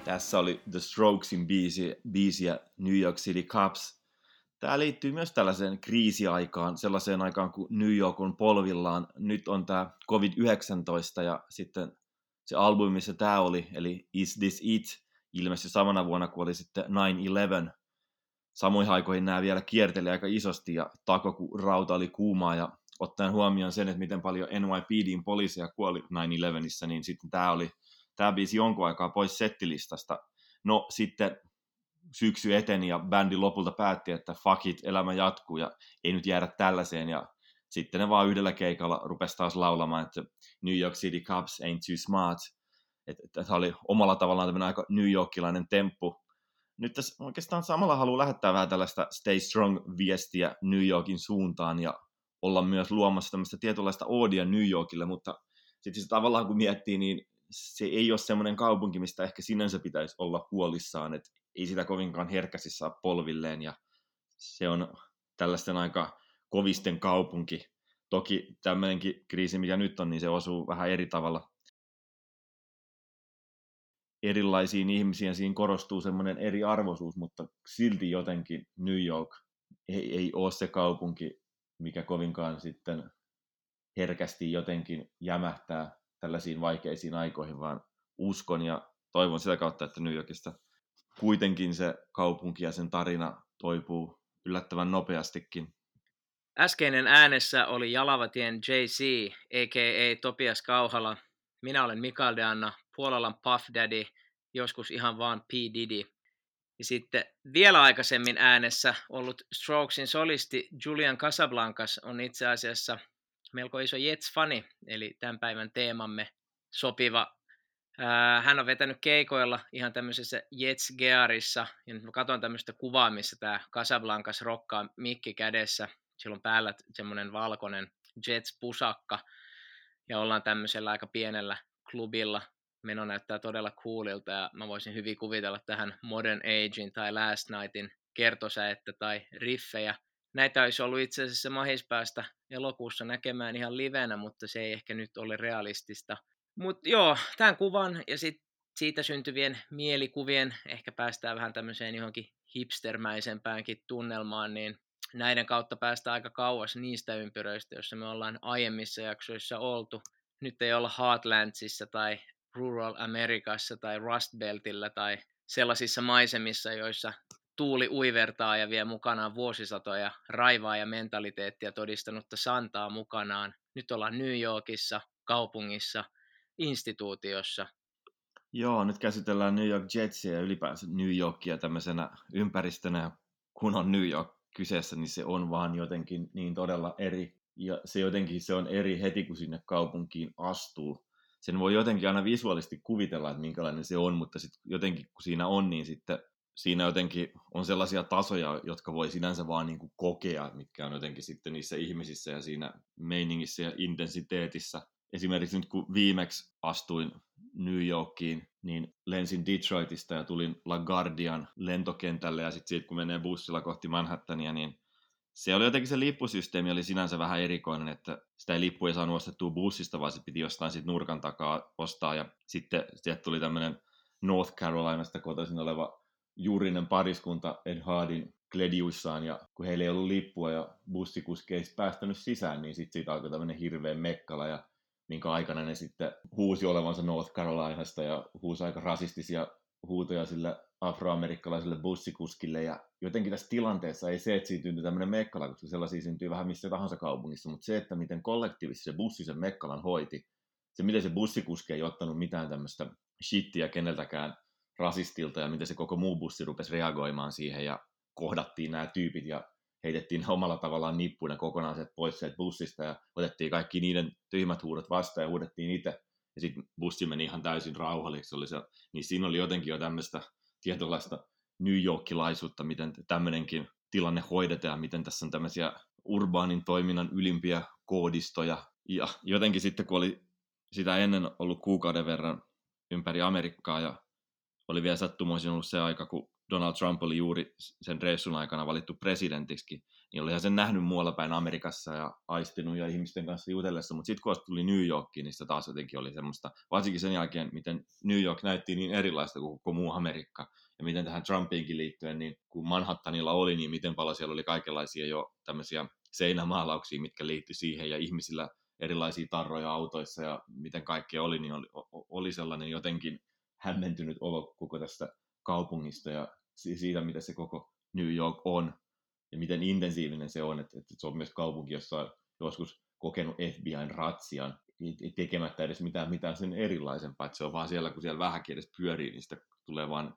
Tässä oli The Strokesin biisiä New York City Cops. Tämä liittyy myös tällaiseen kriisiaikaan, sellaiseen aikaan, kun New York on polvillaan. Nyt on tämä COVID-19 ja sitten se albumi, missä tämä oli, eli Is This It, ilmestyi samana vuonna, kun oli sitten 9/11. Samoihin aikoihin nämä vielä kierteli aika isosti ja tako, kun rauta oli kuumaa ja ottaen huomioon sen, että miten paljon NYPD:n poliiseja kuoli 9/11, niin sitten tämä biisi jonkun aikaa pois settilistasta. No sitten syksy eteni ja bändi lopulta päätti, että fuck it, elämä jatkuu ja ei nyt jäädä tällaiseen. Ja sitten ne vaan yhdellä keikalla rupesi taas laulamaan, että New York City Cops ain't too smart. Tämä oli omalla tavallaan tämmöinen aika New Yorkilainen temppu. Nyt tässä oikeastaan samalla haluaa lähettää vähän tällaista Stay Strong-viestiä New Yorkin suuntaan ja olla myös luomassa tämmöistä tietynlaista oodia New Yorkille, mutta sitten se tavallaan kun miettii, niin se ei ole semmoinen kaupunki, mistä ehkä sinänsä pitäisi olla huolissaan, että ei sitä kovinkaan herkästi saa polvilleen ja se on tällaisten aika kovisten kaupunki. Toki tämmöinenkin kriisi, mikä nyt on, niin se osuu vähän eri tavalla erilaisiin ihmisiin ja siinä korostuu semmoinen eriarvoisuus, mutta silti jotenkin New York ei ole se kaupunki, mikä kovinkaan sitten herkästi jotenkin jämähtää tällaisiin vaikeisiin aikoihin, vaan uskon ja toivon sitä kautta, että New Yorkista kuitenkin se kaupunki ja sen tarina toipuu yllättävän nopeastikin. Äskeinen äänessä oli Jalavatien JC, a.k.a. Topias Kauhala. Minä olen Mikael de Anna, Puolalan Puff Daddy, joskus ihan vaan P. Diddy. Ja sitten vielä aikaisemmin äänessä ollut Strokesin solisti Julian Casablancas on itse asiassa melko iso Jets-fani, eli tämän päivän teemamme sopiva. Hän on vetänyt keikoilla ihan tämmöisessä Jets-gearissa, ja nyt mä katson tämmöistä kuvaa, missä tämä Casablancas rokkaa mikki kädessä. Sillä on päällä semmoinen valkoinen Jets-pusakka, ja ollaan tämmöisellä aika pienellä klubilla. Meno näyttää todella coolilta, ja mä voisin hyvin kuvitella tähän Modern Agein tai Last Nightin kertosäettä tai riffejä. Näitä olisi ollut itse asiassa mahis päästä elokuussa näkemään ihan livenä, mutta se ei ehkä nyt ole realistista. Mutta joo, tämän kuvan ja siitä syntyvien mielikuvien, ehkä päästään vähän tämmöiseen johonkin hipstermäisempäänkin tunnelmaan, niin näiden kautta päästään aika kauas niistä ympyröistä, joissa me ollaan aiemmissa jaksoissa oltu. Nyt ei olla Heartlandsissa tai Rural Amerikassa tai Rust Beltillä tai sellaisissa maisemissa, joissa tuuli uivertaa ja vie mukanaan vuosisatoja raivaa ja mentaliteettia todistanutta santaa mukanaan. Nyt ollaan New Yorkissa, kaupungissa, instituutiossa. Joo, nyt käsitellään New York Jetsia ja ylipäänsä New Yorkia tämmöisenä ympäristönä, kun on New York kyseessä, niin se on vaan jotenkin niin todella eri. Ja se on eri heti, kun sinne kaupunkiin astuu. Sen voi jotenkin aina visuaalisesti kuvitella, että minkälainen se on, mutta sitten jotenkin kun siinä on, niin sitten siinä jotenkin on sellaisia tasoja, jotka voi sinänsä vaan niin kuin kokea, mitkä on jotenkin sitten niissä ihmisissä ja siinä meiningissä ja intensiteetissä. Esimerkiksi nyt kun viimeksi astuin New Yorkiin, niin lensin Detroitista ja tulin LaGuardian lentokentälle ja sitten siitä kun menee bussilla kohti Manhattania, niin se oli jotenkin se lippusysteemi oli sinänsä vähän erikoinen, että sitä ei lippu ei saanut ostettua bussista, vaan se piti jostain siitä nurkan takaa ostaa ja sitten sieltä tuli tämmöinen North Carolinasta kotoisin oleva juurinen pariskunta Ed Hardin Glediuissaan, ja kun heillä ei ollut lippua ja bussikuski ei päästänyt sisään, niin sitten siitä alkoi tämmöinen hirveä mekkala, ja minkä aikana ne sitten huusi olevansa North Carolinasta ja huusi aika rasistisia huutoja sille afroamerikkalaiselle bussikuskille, ja jotenkin tässä tilanteessa ei se, että siitä syntyi tämmöinen mekkala, koska sellaisia syntyy vähän missä tahansa kaupungissa, mutta se, että miten kollektiivisesti se bussi sen mekkalan hoiti, se miten se bussikuski ei ottanut mitään tämmöistä shittiä keneltäkään rasistilta ja miten se koko muu bussi rupesi reagoimaan siihen ja kohdattiin nämä tyypit ja heitettiin omalla tavallaan nippuina kokonaan sieltä pois sieltä bussista ja otettiin kaikki niiden tyhmät huudot vastaan ja huudettiin itse. Ja sitten bussi meni ihan täysin rauhalliseksi. Niin siinä oli jotenkin jo tämmöistä tietynlaista New Yorkilaisuutta, miten tämmöinenkin tilanne hoidetaan, miten tässä on tämmöisiä urbaanin toiminnan ylimpiä koodistoja. Ja jotenkin sitten, kun oli sitä ennen ollut kuukauden verran ympäri Amerikkaa ja oli vielä sattumoisin ollut se aika, kun Donald Trump oli juuri sen reissun aikana valittu presidentiksi, niin olihan sen nähnyt muualla päin Amerikassa ja aistinut ja ihmisten kanssa jutellessa, mutta sitten kun tuli New Yorkiin, niin se taas jotenkin oli semmoista, varsinkin sen jälkeen, miten New York näytti niin erilaista kuin koko muu Amerikka, ja miten tähän Trumpiinkin liittyen, niin kun Manhattanilla oli, niin miten paljon siellä oli kaikenlaisia jo tämmöisiä seinämaalauksia, mitkä liittyi siihen, ja ihmisillä erilaisia tarroja autoissa, ja miten kaikkea oli, niin oli sellainen jotenkin hämmentynyt olo koko tästä kaupungista ja siitä, mitä se koko New York on ja miten intensiivinen se on, että se on myös kaupunki, jossa on joskus kokenut FBI:n ratsian tekemättä edes mitään sen erilaisempaa, että se on vaan siellä, kun siellä vähänkin edes pyörii, niin sitä tulee vaan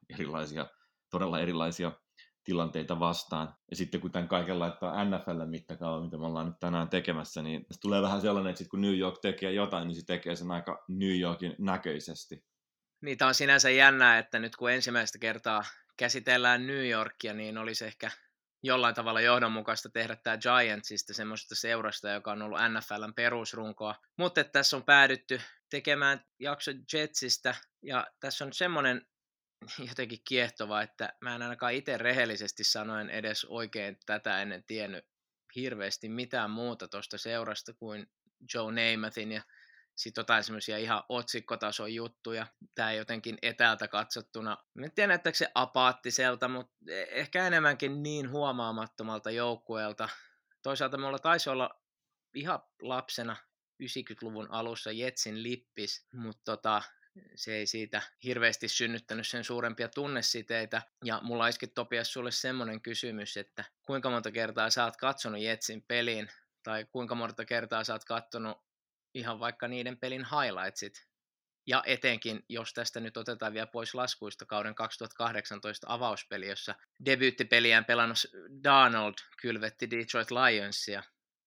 todella erilaisia tilanteita vastaan. Ja sitten kun tämän kaiken laittaa NFL:n mittakaava, mitä me ollaan nyt tänään tekemässä, niin se tulee vähän sellainen, että sit kun New York tekee jotain, niin se tekee sen aika New Yorkin näköisesti. Niitä on sinänsä jännää, että nyt kun ensimmäistä kertaa käsitellään New Yorkia, niin olisi ehkä jollain tavalla johdonmukaista tehdä tämä Giantsista, semmoisesta seurasta, joka on ollut NFLn perusrunkoa. Mutta tässä on päädytty tekemään jakso Jetsistä, ja tässä on semmoinen jotenkin kiehtova, että mä en ainakaan itse rehellisesti sanoen edes oikein tätä ennen tiennyt hirveästi mitään muuta tuosta seurasta kuin Joe Namathin ja sitten jotain semmoisia ihan otsikkotason juttuja. Tämä jotenkin etäältä katsottuna. En tiedä näyttääkö se apaattiselta, mutta ehkä enemmänkin niin huomaamattomalta joukkueelta. Toisaalta mulla taisi olla ihan lapsena 90-luvun alussa Jetsin lippis, mutta se ei siitä hirveästi synnyttänyt sen suurempia tunnesiteitä. Ja mulla olisikin Topias sulle semmoinen kysymys, että kuinka monta kertaa sä oot katsonut Jetsin pelin, tai kuinka monta kertaa sä oot katsonut ihan vaikka niiden pelin highlightsit. Ja etenkin, jos tästä nyt otetaan vielä pois laskuista kauden 2018 avauspeli, jossa debyyttipeliään pelannut Darnold kylvetti Detroit Lionsia.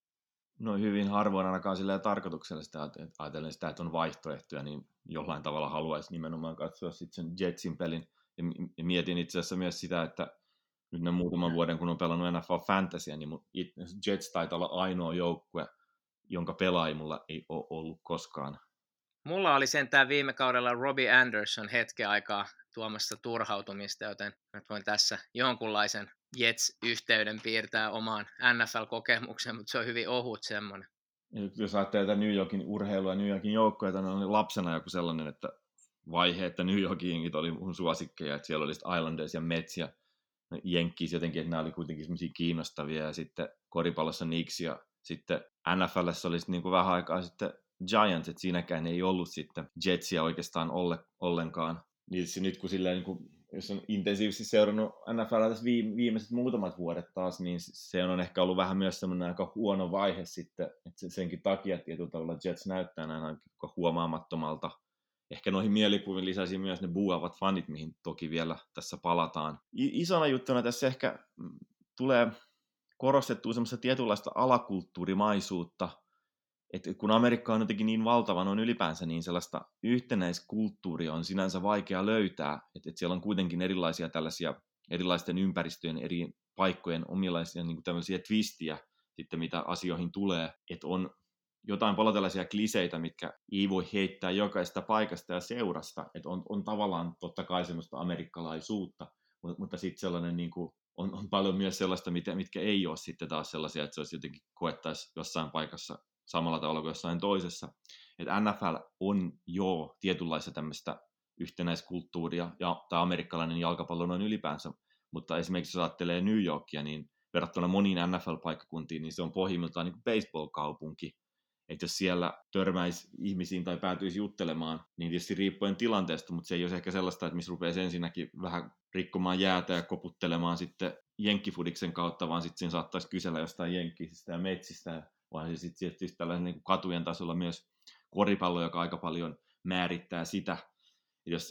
No hyvin harvoin ainakaan silleen tarkoituksellisesti ajatellen sitä, että on vaihtoehtoja, niin jollain tavalla haluaisi nimenomaan katsoa sitten sen Jetsin pelin. Ja mietin itse asiassa myös sitä, että nyt ne muutaman vuoden, kun on pelannut NFL Fantasyä, niin Jets taitaa olla ainoa joukkue, jonka pelaaja mulla ei ole ollut koskaan. Mulla oli sentään viime kaudella Robbie Anderson hetken aikaa tuomassa turhautumista, joten mä voin tässä jonkunlaisen Jets-yhteyden piirtää omaan NFL-kokemukseen, mutta se on hyvin ohut semmoinen. Jos ajattelee New Yorkin urheilua ja New Yorkin joukkoja, niin oli lapsena joku sellainen, että vaihe, että New Yorkin jengit oli mun suosikkeja, että siellä oli Islanders ja Mets ja Yankees jotenkin, että nämä oli kuitenkin semmoisia kiinnostavia, ja sitten koripallossa Knicks, ja sitten NFL:ssä oli niin kuin vähän aikaa sitten Giants, että siinäkään ei ollut sitten Jetsia oikeastaan ollenkaan. Niin nyt kun silleen, niin kuin, jos on intensiivisesti seurannut NFL tässä viimeiset muutamat vuodet taas, niin se on ehkä ollut vähän myös semmoinen aika huono vaihe sitten, että senkin takia tietyllä tavalla Jets näyttää näin aika huomaamattomalta. Ehkä noihin mielikuviin lisäisi myös ne buuavat fanit, mihin toki vielä tässä palataan. Isona juttuna tässä ehkä tulee korostettua semmoista tietynlaista alakulttuurimaisuutta, että kun Amerikka on jotenkin niin valtava noin ylipäänsä, niin sellaista yhtenäiskulttuuria on sinänsä vaikea löytää, että siellä on kuitenkin erilaisia tällaisia erilaisten ympäristöjen, eri paikkojen omilaisia niin kuin tämmöisiä twistiä sitten mitä asioihin tulee, että on jotain paljon tällaisia kliseitä, mitkä ei voi heittää jokaista paikasta ja seurasta, että on tavallaan totta kai semmoista amerikkalaisuutta, mutta sitten sellainen niin kuin on paljon myös sellaista, mitkä ei ole sitten taas sellaisia, että se olisi jotenkin koettaisi jossain paikassa samalla tavalla kuin jossain toisessa. Että NFL on jo tietynlaista tämmöistä yhtenäiskulttuuria, ja tämä amerikkalainen jalkapallo noin ylipäänsä, mutta esimerkiksi jos ajattelee New Yorkia, niin verrattuna moniin NFL-paikkakuntiin, niin se on pohjimmiltaan niin kuin baseball-kaupunki. Että jos siellä törmäisi ihmisiin tai päätyisi juttelemaan, niin tietysti riippuen tilanteesta, mutta se ei ole ehkä sellaista, että missä rupeaisi ensinnäkin vähän rikkomaan jäätä ja koputtelemaan sitten jenkkifudiksen kautta, vaan sitten siinä saattaisi kysellä jostain jenkkisistä ja metsistä, vaan se sitten tietysti tällaisen niin kuin katujen tasolla myös koripallo, joka aika paljon määrittää sitä. Jos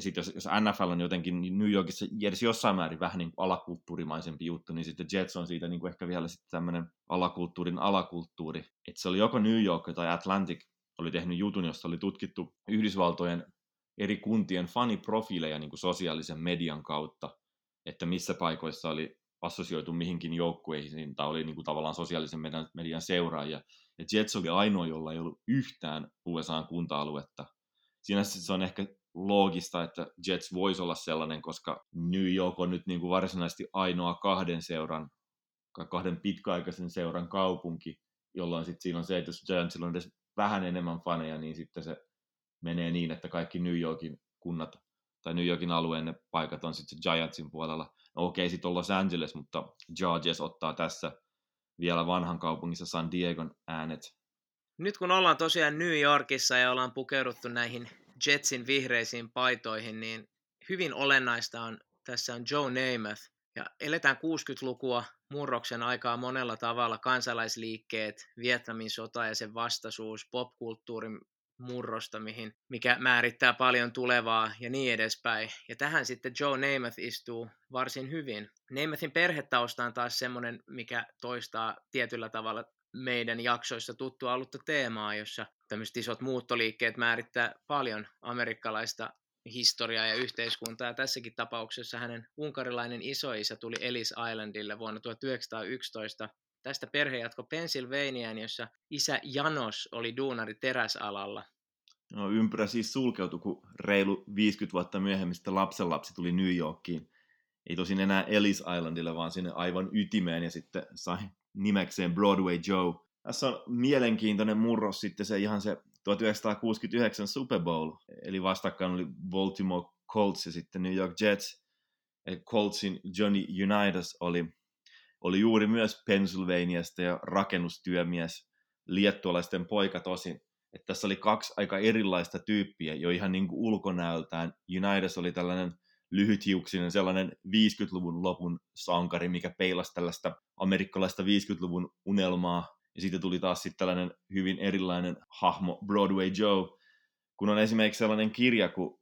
NFL on jotenkin niin New Yorkissa edes jossain määrin vähän niin kuin alakulttuurimaisempi juttu, niin sitten Jets on siitä niin kuin ehkä vielä sitten tämmöinen alakulttuurin alakulttuuri. Että se oli joko New York tai Atlantic oli tehnyt jutun, jossa oli tutkittu Yhdysvaltojen eri kuntien faniprofiileja niin kuin sosiaalisen median kautta, että missä paikoissa oli assosioitu mihinkin joukkueihin tai oli niin kuin tavallaan sosiaalisen median seuraajia. Ja Jets oli ainoa, jolla ei ollut yhtään USA:n kunta-aluetta. Siinä se on ehkä loogista, että Jets voisi olla sellainen, koska New York on nyt niin kuin varsinaisesti ainoa kahden pitkäaikaisen seuran kaupunki, jolloin sitten siinä on se, että jos Giantsilla on edes vähän enemmän faneja, niin sitten se menee niin, että kaikki New Yorkin kunnat tai New Yorkin alueen ne paikat on sitten se Giantsin puolella. No okei, sitten on Los Angeles, mutta Chargers ottaa tässä vielä vanhan kaupungissa San Diegon äänet. Nyt kun ollaan tosiaan New Yorkissa ja ollaan pukeuduttu näihin Jetsin vihreisiin paitoihin, niin hyvin olennaista on, tässä on Joe Namath. Ja eletään 60-lukua, murroksen aikaa monella tavalla, kansalaisliikkeet, Vietnamin sota ja sen vastaisuus, popkulttuurin murrosta, mikä määrittää paljon tulevaa ja niin edespäin. Ja tähän sitten Joe Namath istuu varsin hyvin. Namathin perhetausta on taas semmoinen, mikä toistaa tietyllä tavalla meidän jaksoissa tuttua ollutta teemaa, jossa tämmöiset isot muuttoliikkeet määrittää paljon amerikkalaista historiaa ja yhteiskuntaa. Ja tässäkin tapauksessa hänen unkarilainen isoisä tuli Ellis Islandille vuonna 1911. Tästä perhe jatkoi Pennsylvaniaan, jossa isä Janos oli duunari teräsalalla. No, ympyrä siis sulkeutui, kun reilu 50 vuotta myöhemmin lapsenlapsi tuli New Yorkiin. Ei tosin enää Ellis Islandille, vaan sinne aivan ytimeen ja sitten sai nimekseen Broadway Joe. Tässä on mielenkiintoinen murros sitten se 1969 Super Bowl, eli vastakkain oli Baltimore Colts ja sitten New York Jets. Eli Coltsin Johnny Unitas oli juuri myös Pennsylvaniasta ja rakennustyömies, liettualaisten poika tosin. Että tässä oli kaksi aika erilaista tyyppiä jo ihan niin kuin ulkonäöltään. Unitas oli tällainen lyhythiuksinen sellainen 50-luvun lopun sankari, mikä peilasi tällaista amerikkalaista 50-luvun unelmaa. Ja siitä tuli taas sitten tällainen hyvin erilainen hahmo, Broadway Joe. Kun on esimerkiksi sellainen kirja kuin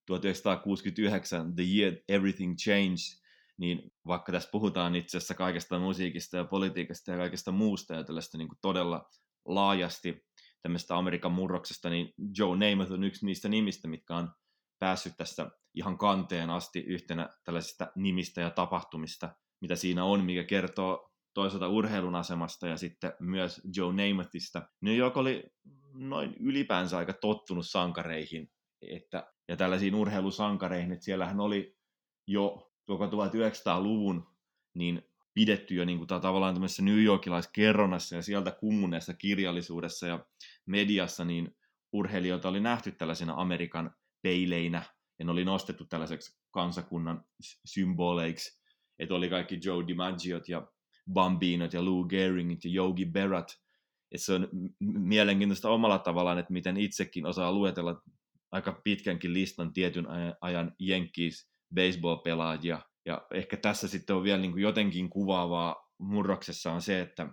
1969, The Year Everything Changed, niin vaikka tässä puhutaan itse asiassa kaikesta musiikista ja politiikasta ja kaikesta muusta ja tällaista niin kuin todella laajasti tämmöistä Amerikan murroksesta, niin Joe Namath on yksi niistä nimistä, mitkä on päässyt tässä ihan kanteen asti yhtenä tällaisista nimistä ja tapahtumista, mitä siinä on, mikä kertoo toisaalta urheilun asemasta ja sitten myös Joe Namathista. New York oli noin ylipäänsä aika tottunut sankareihin ja tällaisiin urheilusankareihin, että siellähän oli jo 1900-luvun niin pidetty jo niin kuin tavallaan tämmöisessä New Yorkilaiskerronnassa ja sieltä kummuneessa kirjallisuudessa ja mediassa, niin urheilijoita oli nähty tällaisina Amerikan peileinä, ja ne oli nostettu tällaiseksi kansakunnan symboleiksi, että oli kaikki Joe DiMaggiot ja Bambinot ja Lou Gehrigit ja Yogi Berrat, että se on mielenkiintoista omalla tavallaan, että miten itsekin osaa luetella aika pitkänkin listan tietyn ajan Yankees baseball-pelaajia, ja ehkä tässä sitten on vielä niin kuin jotenkin kuvaavaa murroksessa on se, että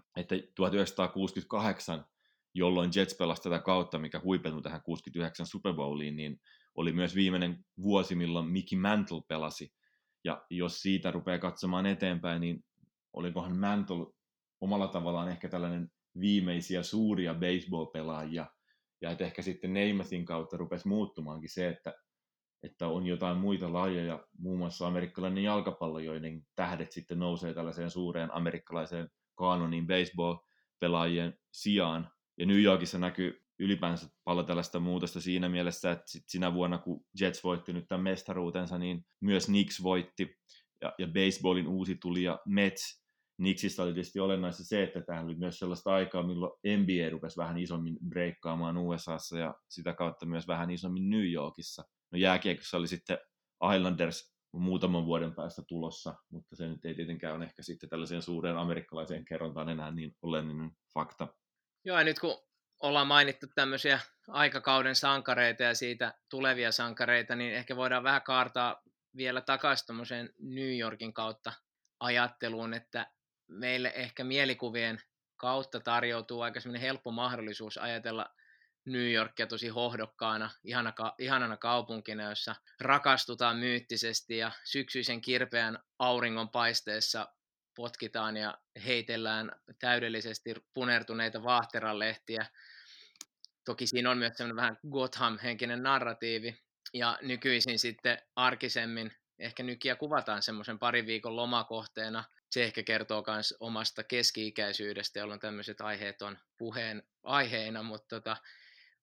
1968, jolloin Jets pelasi tätä kautta, mikä huipentui tähän 69 Super Bowliin, niin oli myös viimeinen vuosi, milloin Mickey Mantle pelasi. Ja jos siitä rupeaa katsomaan eteenpäin, niin olikohan Mantle omalla tavallaan ehkä tällainen viimeisiä suuria baseball-pelaajia, ja että ehkä sitten Namathin kautta rupesi muuttumaankin se, että on jotain muita lajeja, muun muassa amerikkalainen jalkapallo, joiden tähdet sitten nousee tällaiseen suureen amerikkalaiseen kaanoniin baseball-pelaajien sijaan. Ja New Yorkissa näkyy ylipäänsä paljon tällaista muutosta siinä mielessä, että sinä vuonna, kun Jets voitti nyt tämän mestaruutensa, niin myös Knicks voitti, ja baseballin uusi tuli, ja Mets. Knicksistä oli tietysti olennaista se, että tähän oli myös sellaista aikaa, milloin NBA rupesi vähän isommin breikkaamaan USAssa, ja sitä kautta myös vähän isommin New Yorkissa. No jääkiekossa oli sitten Islanders muutaman vuoden päästä tulossa, mutta se nyt ei tietenkään ole ehkä sitten tällaiseen suureen amerikkalaiseen kerrontaan enää niin olennainen fakta. Joo, ja nyt kun ollaan mainittu tämmöisiä aikakauden sankareita ja siitä tulevia sankareita, niin ehkä voidaan vähän kaartaa vielä takaisin tuommoiseen New Yorkin kautta ajatteluun, että meille ehkä mielikuvien kautta tarjoutuu aika semmoinen helppo mahdollisuus ajatella New Yorkia tosi hohdokkaana, ihanana kaupunkina, jossa rakastutaan myyttisesti ja syksyisen kirpeän auringonpaisteessa potkitaan ja heitellään täydellisesti punertuneita vaahteranlehtiä. Toki siinä on myös sellainen vähän Gotham-henkinen narratiivi, ja nykyisin sitten arkisemmin ehkä nykiä kuvataan semmoisen parin viikon lomakohteena. Se ehkä kertoo myös omasta keski-ikäisyydestä, jolloin tämmöiset aiheet on puheen aiheina, mutta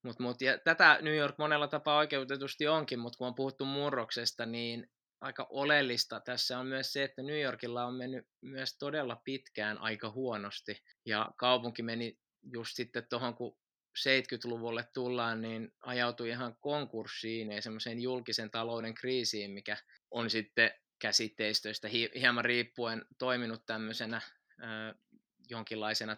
Ja tätä New York monella tapaa oikeutetusti onkin, mutta kun on puhuttu murroksesta, niin aika oleellista tässä on myös se, että New Yorkilla on mennyt myös todella pitkään aika huonosti. Ja kaupunki meni just sitten tuohon, kun 70-luvulle tullaan, niin ajautui ihan konkurssiin ja semmoiseen julkisen talouden kriisiin, mikä on sitten käsitteistöistä hieman riippuen toiminut tämmöisenä jonkinlaisena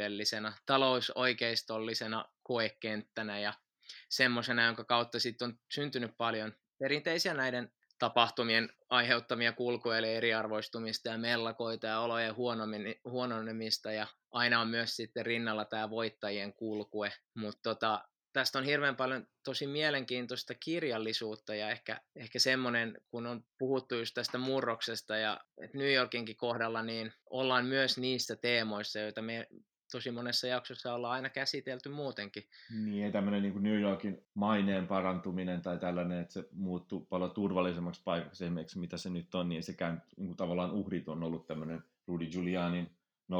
talousoikeistollisena koekenttänä ja semmoisena, jonka kautta sitten on syntynyt paljon perinteisiä näiden tapahtumien aiheuttamia kulkuja, eli eriarvoistumista ja mellakoita ja olojen huononemista, ja aina on myös sitten rinnalla tämä voittajien kulkue, mutta tästä on hirveän paljon tosi mielenkiintoista kirjallisuutta, ja ehkä semmoinen, kun on puhuttu just tästä murroksesta ja New Yorkinkin kohdalla, niin ollaan myös niissä teemoissa, joita me tosi monessa jaksossa ollaan aina käsitelty muutenkin. Niin, ei tämmöinen niin kuin New Yorkin maineen parantuminen tai tällainen, että se muuttuu paljon turvallisemmaksi paikaksi esimerkiksi, mitä se nyt on, niin ei sekään niin kuin tavallaan uhrit on ollut tämmöinen Rudy Giulianin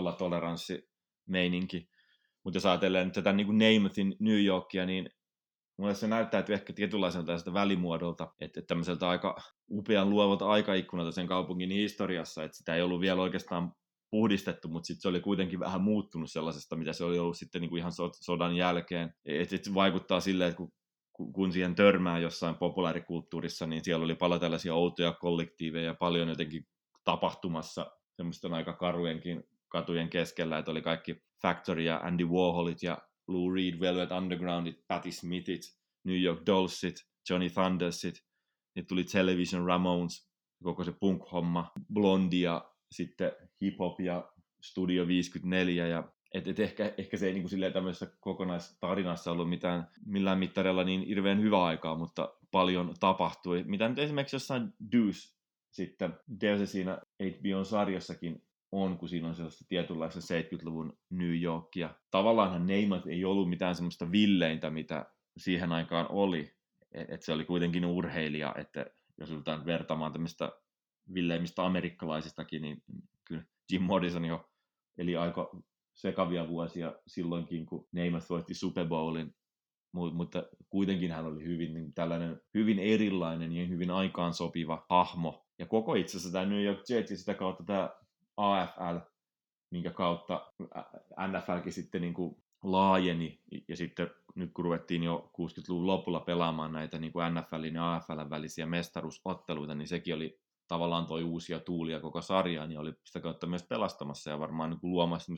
nollatoleranssi-meininki. Mutta jos ajatellaan tätä niin kuin Namethin New Yorkia, niin mulle se näyttäytyy ehkä tietynlaiselta tästä välimuodolta, että tämmöiseltä aika upean luovalta aikaikkunalta sen kaupungin historiassa, että sitä ei ollut vielä oikeastaan puhdistettu, mutta sitten se oli kuitenkin vähän muuttunut sellaisesta, mitä se oli ollut sitten niin kuin ihan sodan jälkeen. Et vaikuttaa silleen, että kun siihen törmää jossain populaarikulttuurissa, niin siellä oli paljon tällaisia outoja kollektiiveja ja paljon jotenkin tapahtumassa semmoisten aika karujenkin katujen keskellä, että oli kaikki Factory ja Andy Warholit ja Lou Reed, Velvet Undergroundit, Patti Smithit, New York Dollsit, Johnny Thundersit, niin tuli Television Ramones, koko se punk-homma, Blondie ja sitten hip-hop ja Studio 54, ja ehkä se ei niin kuin silleen tämmöisessä kokonaistarinassa ollut millään mittarilla niin hirveän hyvä aikaa, mutta paljon tapahtui. Mitä nyt esimerkiksi jossain Deuce sitten, Deuce siinä HBO-sarjassakin on, kun siinä on sellaista tietynlaista 70-luvun New Yorkia. Tavallaanhan Neymat ei ollut mitään semmoista villeintä, mitä siihen aikaan oli. Et se oli kuitenkin urheilija, että jos yritetään vertaamaan tämmöistä villeimmistä amerikkalaisistakin, niin kyllä Jim Morrison jo eli aika sekavia vuosia silloinkin, kun Neymat voitti Super Bowlin, mutta kuitenkin hän oli tällainen hyvin erilainen ja hyvin aikaan sopiva hahmo. Ja koko itse asiassa tämä New York Jets ja sitä kautta tämä AFL, minkä kautta NFLkin sitten niin kuin laajeni, ja sitten nyt kun ruvettiin jo 60-luvun lopulla pelaamaan näitä niin kuin NFLin ja AFLn välisiä mestaruusotteluita, niin sekin oli tavallaan toi uusia tuulia koko sarjaan, ja oli sitä kautta myös pelastamassa ja varmaan niin kuin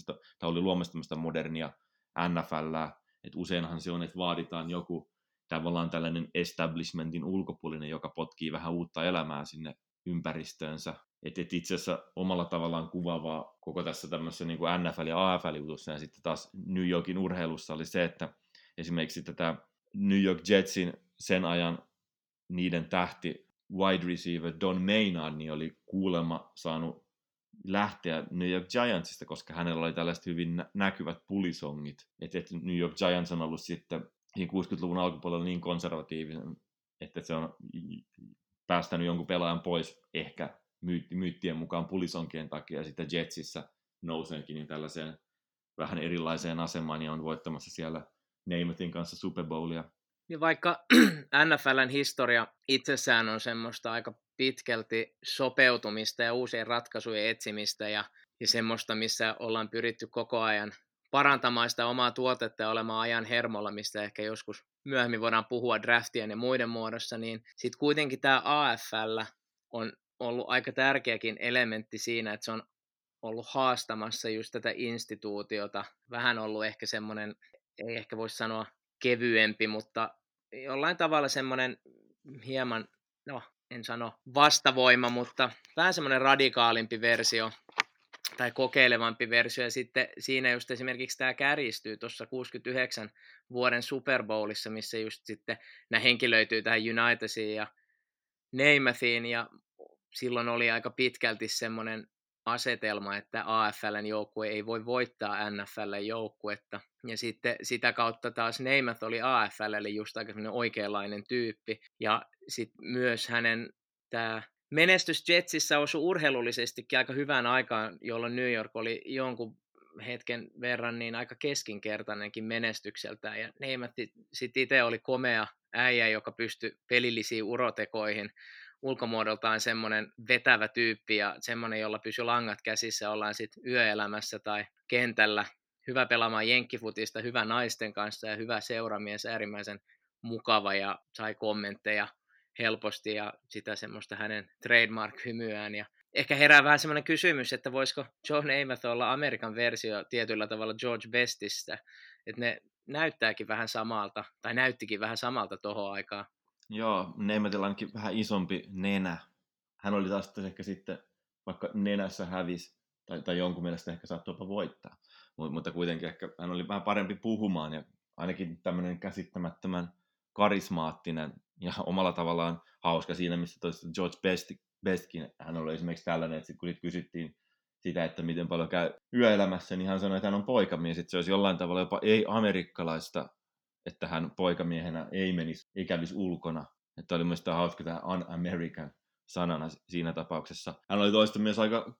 luomassa modernia NFLää, että useinhan se on, että vaaditaan joku tavallaan tällainen establishmentin ulkopuolinen, joka potkii vähän uutta elämää sinne ympäristöönsä. Että itse asiassa omalla tavallaan kuvaavaa koko tässä tämmöisessä niin kuin NFL- ja AFL-jutussa ja sitten taas New Yorkin urheilussa oli se, että esimerkiksi tätä New York Jetsin sen ajan niiden tähti wide receiver Don Maynard niin oli kuulemma saanut lähteä New York Giantsista, koska hänellä oli tällaiset hyvin näkyvät pulisongit. Että New York Giants on ollut sitten 60-luvun alkupuolella niin konservatiivinen, että se on päästänyt jonkun pelaajan pois ehkä myyttien mukaan pulisonkien takia, ja sitten Jetsissä nouseekin niin tällaiseen vähän erilaiseen asemaan ja on voittamassa siellä Neymathin kanssa Super Bowlia. Ja vaikka NFLn historia itsessään on semmoista aika pitkälti sopeutumista ja uusien ratkaisujen etsimistä ja semmoista, missä ollaan pyritty koko ajan parantamaan sitä omaa tuotetta ja olemaan ajan hermolla, mistä ehkä joskus myöhemmin voidaan puhua draftien ja muiden muodossa, niin sitten kuitenkin tämä AFL on ollut aika tärkeäkin elementti siinä, että se on ollut haastamassa just tätä instituutiota. Vähän ollut ehkä semmoinen, ei ehkä voisi sanoa kevyempi, mutta jollain tavalla semmoinen hieman, no en sano vastavoima, mutta vähän semmoinen radikaalimpi versio tai kokeilevampi versio, ja sitten siinä just esimerkiksi tämä kärjistyy tuossa 69 vuoden Super Bowlissa, missä just sitten nämä henkilöityy tähän Unitediin ja Neymathiin, ja silloin oli aika pitkälti semmoinen asetelma, että AFLn joukkue ei voi voittaa NFLn joukkuetta, ja sitten sitä kautta taas Neymath oli AFLlle just aika semmoinen oikeanlainen tyyppi, ja sitten myös hänen tämä menestys Jetsissä osui urheilullisestikin aika hyvään aikaan, jolloin New York oli jonkun hetken verran niin aika keskinkertainenkin menestykseltään. Ja Namath sitten itse oli komea äijä, joka pystyi pelillisiin urotekoihin. Ulkomuodoltaan semmoinen vetävä tyyppi ja semmoinen, jolla pysyi langat käsissä, ollaan sitten yöelämässä tai kentällä. Hyvä pelaamaan jenkkifutista, hyvä naisten kanssa ja hyvä seuramies, äärimmäisen mukava ja sai kommentteja helposti ja sitä semmoista hänen trademark-hymyään. Ja ehkä herää vähän semmoinen kysymys, että voisiko Joe Namath olla Amerikan versio tietyllä tavalla George Bestistä, että ne näyttääkin vähän samalta, tai näyttikin vähän samalta tohon aikaan. Joo, Namathilla onkin vähän isompi nenä. Hän oli taas ehkä sitten, vaikka nenässä hävisi, tai jonkun mielestä ehkä saattoi jopa voittaa, mutta kuitenkin ehkä hän oli vähän parempi puhumaan, ja ainakin tämmöinen käsittämättömän karismaattinen, ja omalla tavallaan hauska siinä, missä George Bestkin, hän oli esimerkiksi tällainen, että kun kysyttiin sitä, että miten paljon käy yöelämässä, niin hän sanoi, että hän on poikamies, että se olisi jollain tavalla jopa ei-amerikkalaista, että hän poikamiehenä ei kävisi ulkona. Että oli myös hauska tämä un-American sanana siinä tapauksessa. Hän oli toista myös aika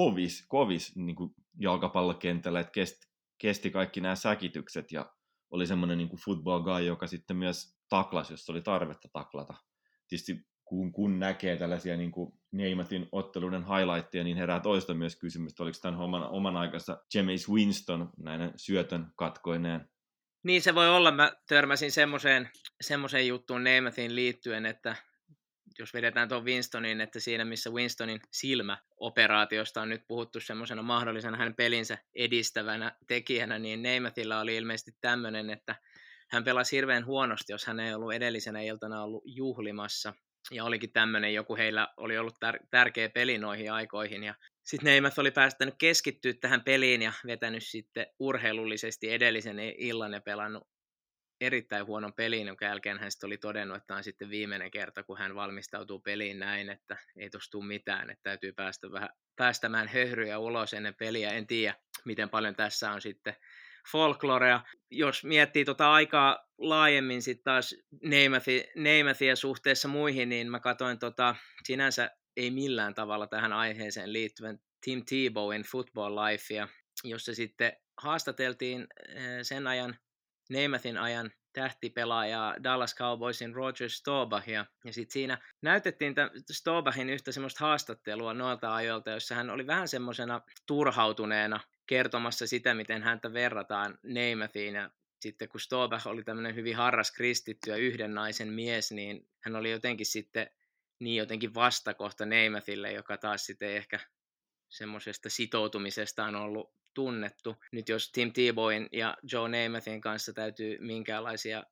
kovis niin kuin jalkapallokentällä, että kesti kaikki nämä säkitykset ja oli semmoinen niin kuin football guy, joka sitten myös taklasi, jos oli tarvetta taklata. Tietysti kun näkee tällaisia niin kuin Namathin otteluiden highlightteja, niin herää toista myös kysymystä, oliko tämän oman aikansa Jameis Winston näiden syötön katkoineen. Niin se voi olla, mä törmäsin semmoiseen juttuun Namathin liittyen, että jos vedetään tuon Winstonin, että siinä missä Winstonin silmäoperaatiosta on nyt puhuttu semmoisena mahdollisena hänen pelinsä edistävänä tekijänä, niin Namathilla oli ilmeisesti tämmöinen, että hän pelasi hirveän huonosti, jos hän ei ollut edellisenä iltana ollut juhlimassa. Ja olikin tämmöinen, joku heillä oli ollut tärkeä peli noihin aikoihin. Ja sitten Namath oli päästänyt keskittyä tähän peliin ja vetänyt sitten urheilullisesti edellisen illan ja pelannut erittäin huonon pelin, jonka jälkeen hän sitten oli todennut, että tämä on sitten viimeinen kerta, kun hän valmistautuu peliin näin, että ei tuossa tule mitään, että täytyy päästämään höyryjä ulos ennen peliä. En tiedä, miten paljon tässä on sitten folklorea. Jos miettii aikaa laajemmin sitten taas Namathia suhteessa muihin, niin mä katsoin sinänsä ei millään tavalla tähän aiheeseen liittyvän Tim Tebowin Football Lifea, jossa sitten haastateltiin sen ajan Namathin ajan tähtipelaajaa Dallas Cowboysin Roger Staubachia, ja sitten siinä näytettiin Staubachin yhtä semmoista haastattelua noilta ajoilta, jossa hän oli vähän semmoisena turhautuneena kertomassa sitä, miten häntä verrataan Namathiin, ja sitten kun Staubach oli tämmöinen hyvin harras kristitty ja yhden naisen mies, niin hän oli jotenkin sitten niin jotenkin vastakohta Namathille, joka taas sitten ehkä semmoisesta sitoutumisesta on ollut tunnettu. Nyt jos Tim Tebowin ja Joe Namathin kanssa täytyy minkäänlaisia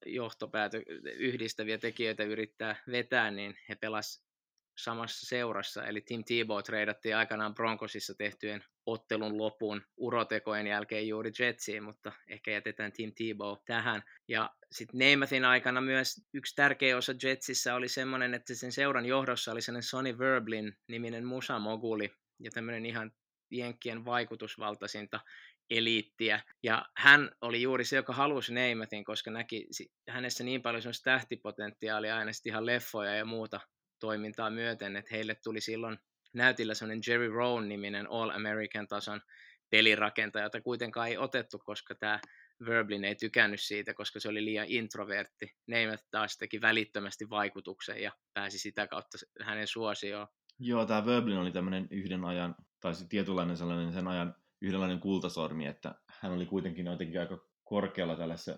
yhdistäviä tekijöitä yrittää vetää, niin he pelasivat samassa seurassa. Eli Tim Tebow treidattiin aikanaan Broncosissa tehtyjen ottelun lopun urotekojen jälkeen juuri Jetsiin, mutta ehkä jätetään Tim Tebow tähän. Ja sitten Namathin aikana myös yksi tärkeä osa Jetsissä oli semmoinen, että sen seuran johdossa oli sellainen Sonny Verblin niminen musamoguli, ja tämmöinen ihan jenkkien vaikutusvaltaisinta eliittiä. Ja hän oli juuri se, joka halusi Namathin, koska näki hänessä niin paljon semmoista tähtipotentiaalia aina sitten ihan leffoja ja muuta toimintaa myöten, että heille tuli silloin näytillä semmoinen Jerry Rowan-niminen All-American-tason pelirakentaja, jota kuitenkaan ei otettu, koska tämä Verblin ei tykännyt siitä, koska se oli liian introvertti. Namath taas teki välittömästi vaikutuksen ja pääsi sitä kautta hänen suosioon. Joo, tämä Verblin oli tämmöinen yhden ajan, tai tietynlainen sellainen sen ajan yhdenlainen kultasormi, että hän oli kuitenkin jotenkin aika korkealla tällaisessa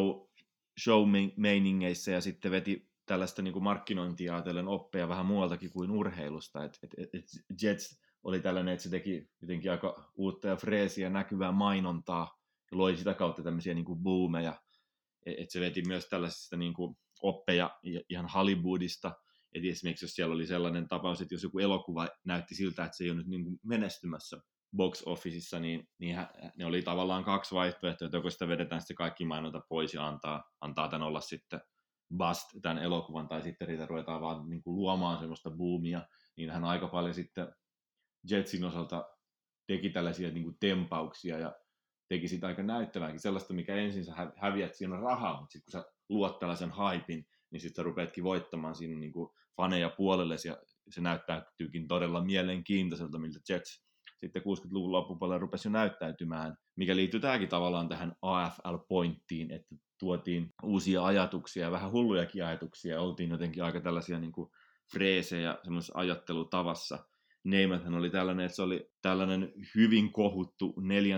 show-meiningeissä ja sitten veti tällaista niin kuin markkinointia ajatellen oppeja vähän muualtakin kuin urheilusta. Et Jets oli tällainen, että se teki jotenkin aika uutta ja freesiä näkyvää mainontaa ja loi sitä kautta tämmöisiä niin kuin boomeja. Et se veti myös tällaisista niin kuin oppeja ihan Hollywoodista. Et esimerkiksi jos siellä oli sellainen tapaus, että jos joku elokuva näytti siltä, että se ei ole nyt niin kuin menestymässä box officeissa, niin ne oli tavallaan kaksi vaihtoehtoa, että joko sitä vedetään sitten kaikki mainonta pois ja antaa tämän olla sitten bust tämän elokuvan, tai sitten niitä ruvetaan vaan niin kuin luomaan semmoista boomia, niin hän aika paljon sitten Jetsin osalta teki tällaisia niin kuin tempauksia ja teki sitä aika näyttävääkin, sellaista, mikä ensin sä häviät siinä rahaa, mutta sitten kun sä luot tällaisen haipin, niin sitten sä rupeatkin voittamaan siinä niin kuin faneja puolelle, ja se näyttäytyykin todella mielenkiintoiselta, miltä Jets sitten 60-luvun loppupuolella rupesi jo näyttäytymään, mikä liittyy tämäkin tavallaan tähän AFL-pointtiin, että tuotiin uusia ajatuksia ja vähän hullujakin ajatuksia, oltiin jotenkin aika tällaisia niin kuin freesejä semmoisessa ajattelutavassa. Namathhan oli tällainen, että se oli tällainen hyvin kohuttu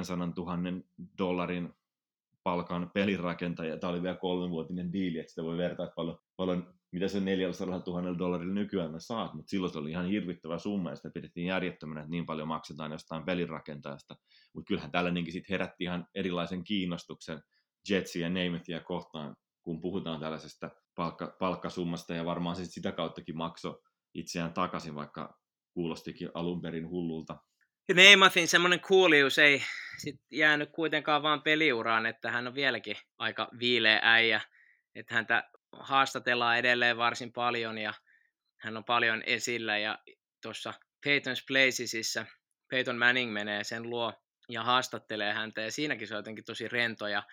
$400,000 palkan pelirakentaja. Tämä oli vielä 3-vuotinen diili, että sitä voi vertaa, että paljon mitä se $400,000 nykyään mä saat, mutta silloin se oli ihan hirvittävä summa, ja sitä pidettiin järjettömänä, että niin paljon maksetaan jostain pelirakentajasta. Mutta kyllähän tällainenkin sitten herätti ihan erilaisen kiinnostuksen Jetsia ja Namathia kohtaan, kun puhutaan tällaisesta palkkasummasta, ja varmaan se sitä kauttakin maksoi itseään takaisin, vaikka kuulostikin alun perin hullulta. Namathin semmoinen coolius ei sit jäänyt kuitenkaan vaan peliuraan, että hän on vieläkin aika viileä äijä, että häntä haastatellaan edelleen varsin paljon ja hän on paljon esillä ja tuossa Peyton's Placesissa Peyton Manning menee sen luo ja haastattelee häntä ja siinäkin se on jotenkin tosi rento ja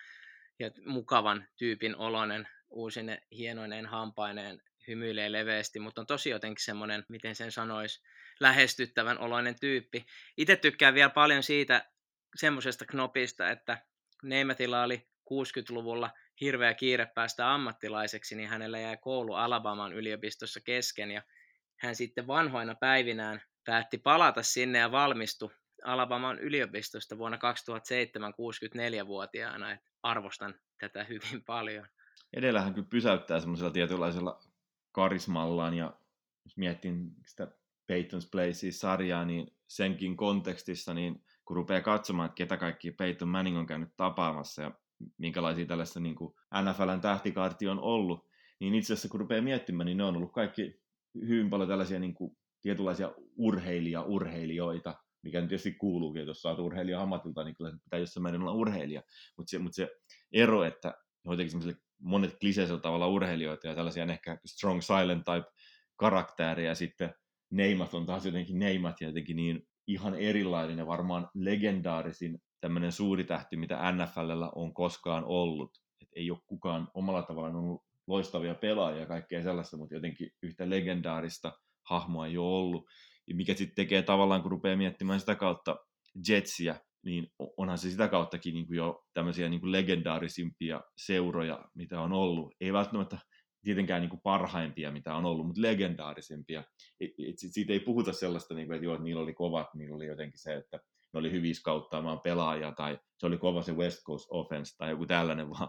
mukavan tyypin oloinen, uusine hienoineen hampaineen, hymyilee leveästi, mutta on tosi jotenkin semmoinen, miten sen sanoisi, lähestyttävän oloinen tyyppi. Itse tykkään vielä paljon siitä semmoisesta knopista, että Namathilla oli 60-luvulla hirveä kiire päästä ammattilaiseksi, niin hänellä jäi koulu Alabaman yliopistossa kesken ja hän sitten vanhoina päivinään päätti palata sinne ja valmistui Alabaman yliopistosta vuonna 2007 64-vuotiaana. Että arvostan tätä hyvin paljon. Edellähän kyllä pysäyttää semmoisella tietynlaisella karismallaan, ja jos miettii sitä Peyton's Places-sarjaa, niin senkin kontekstissa, niin kun rupeaa katsomaan, että ketä kaikki Peyton Manning on käynyt tapaamassa ja minkälaisia tällaista niin kuin NFL:n tähtikaarti on ollut, niin itse asiassa kun rupeaa miettimään, niin ne on ollut kaikki hyvin paljon tällaisia niin kuin tietynlaisia urheilijoita, mikä nyt tietysti kuuluukin, että jos saat urheilija ammatilta, niin kyllä pitää jossain määrin olla urheilija, mutta se ero, että jotenkin monet kliseisellä tavalla urheilijoita ja tällaisia ehkä strong silent type karakteria, ja sitten Namath on taas jotenkin Namath ja jotenkin niin ihan erilainen ja varmaan legendaarisin tämmöinen suuri tähti, mitä NFL:llä on koskaan ollut. Et ei ole kukaan omalla tavallaan ollut loistavia pelaajia ja kaikkea sellaista, mutta jotenkin yhtä legendaarista hahmoa ei ole ollut. Ja mikä sitten tekee tavallaan, kun rupeaa miettimään sitä kautta Jetsiä, niin onhan se sitä kauttakin niin kuin jo tämmöisiä niin kuin legendaarisimpia seuroja, mitä on ollut. Ei välttämättä tietenkään niin kuin parhaimpia, mitä on ollut, mutta legendaarisimpia. Siitä ei puhuta sellaista, että joo, että niillä oli kovat, niillä oli jotenkin se, että ne oli hyviä skauttaamaan pelaajia, tai se oli kova se West Coast offense, tai joku tällainen, vaan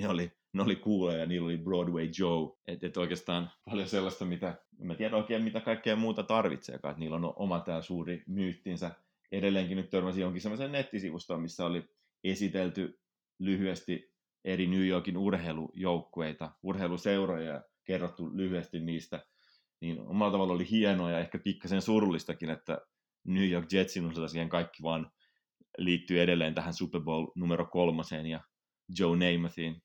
ne oli cooleja, ja niillä oli Broadway Joe. Että oikeastaan paljon sellaista, mitä en tiedä oikein, mitä kaikkea muuta tarvitseekaan, että niillä on oma tämä suuri myyttinsä. Edelleenkin nyt törmäsin jonkin sellaisen nettisivustoon, missä oli esitelty lyhyesti eri New Yorkin urheilujoukkueita, urheiluseuroja ja kerrottu lyhyesti niistä, niin omalla tavalla oli hienoa ja ehkä pikkasen surullistakin, että New York Jetsin osalta siihen kaikki vaan liittyy edelleen tähän Super Bowl numero 3 ja Joe Namathiin.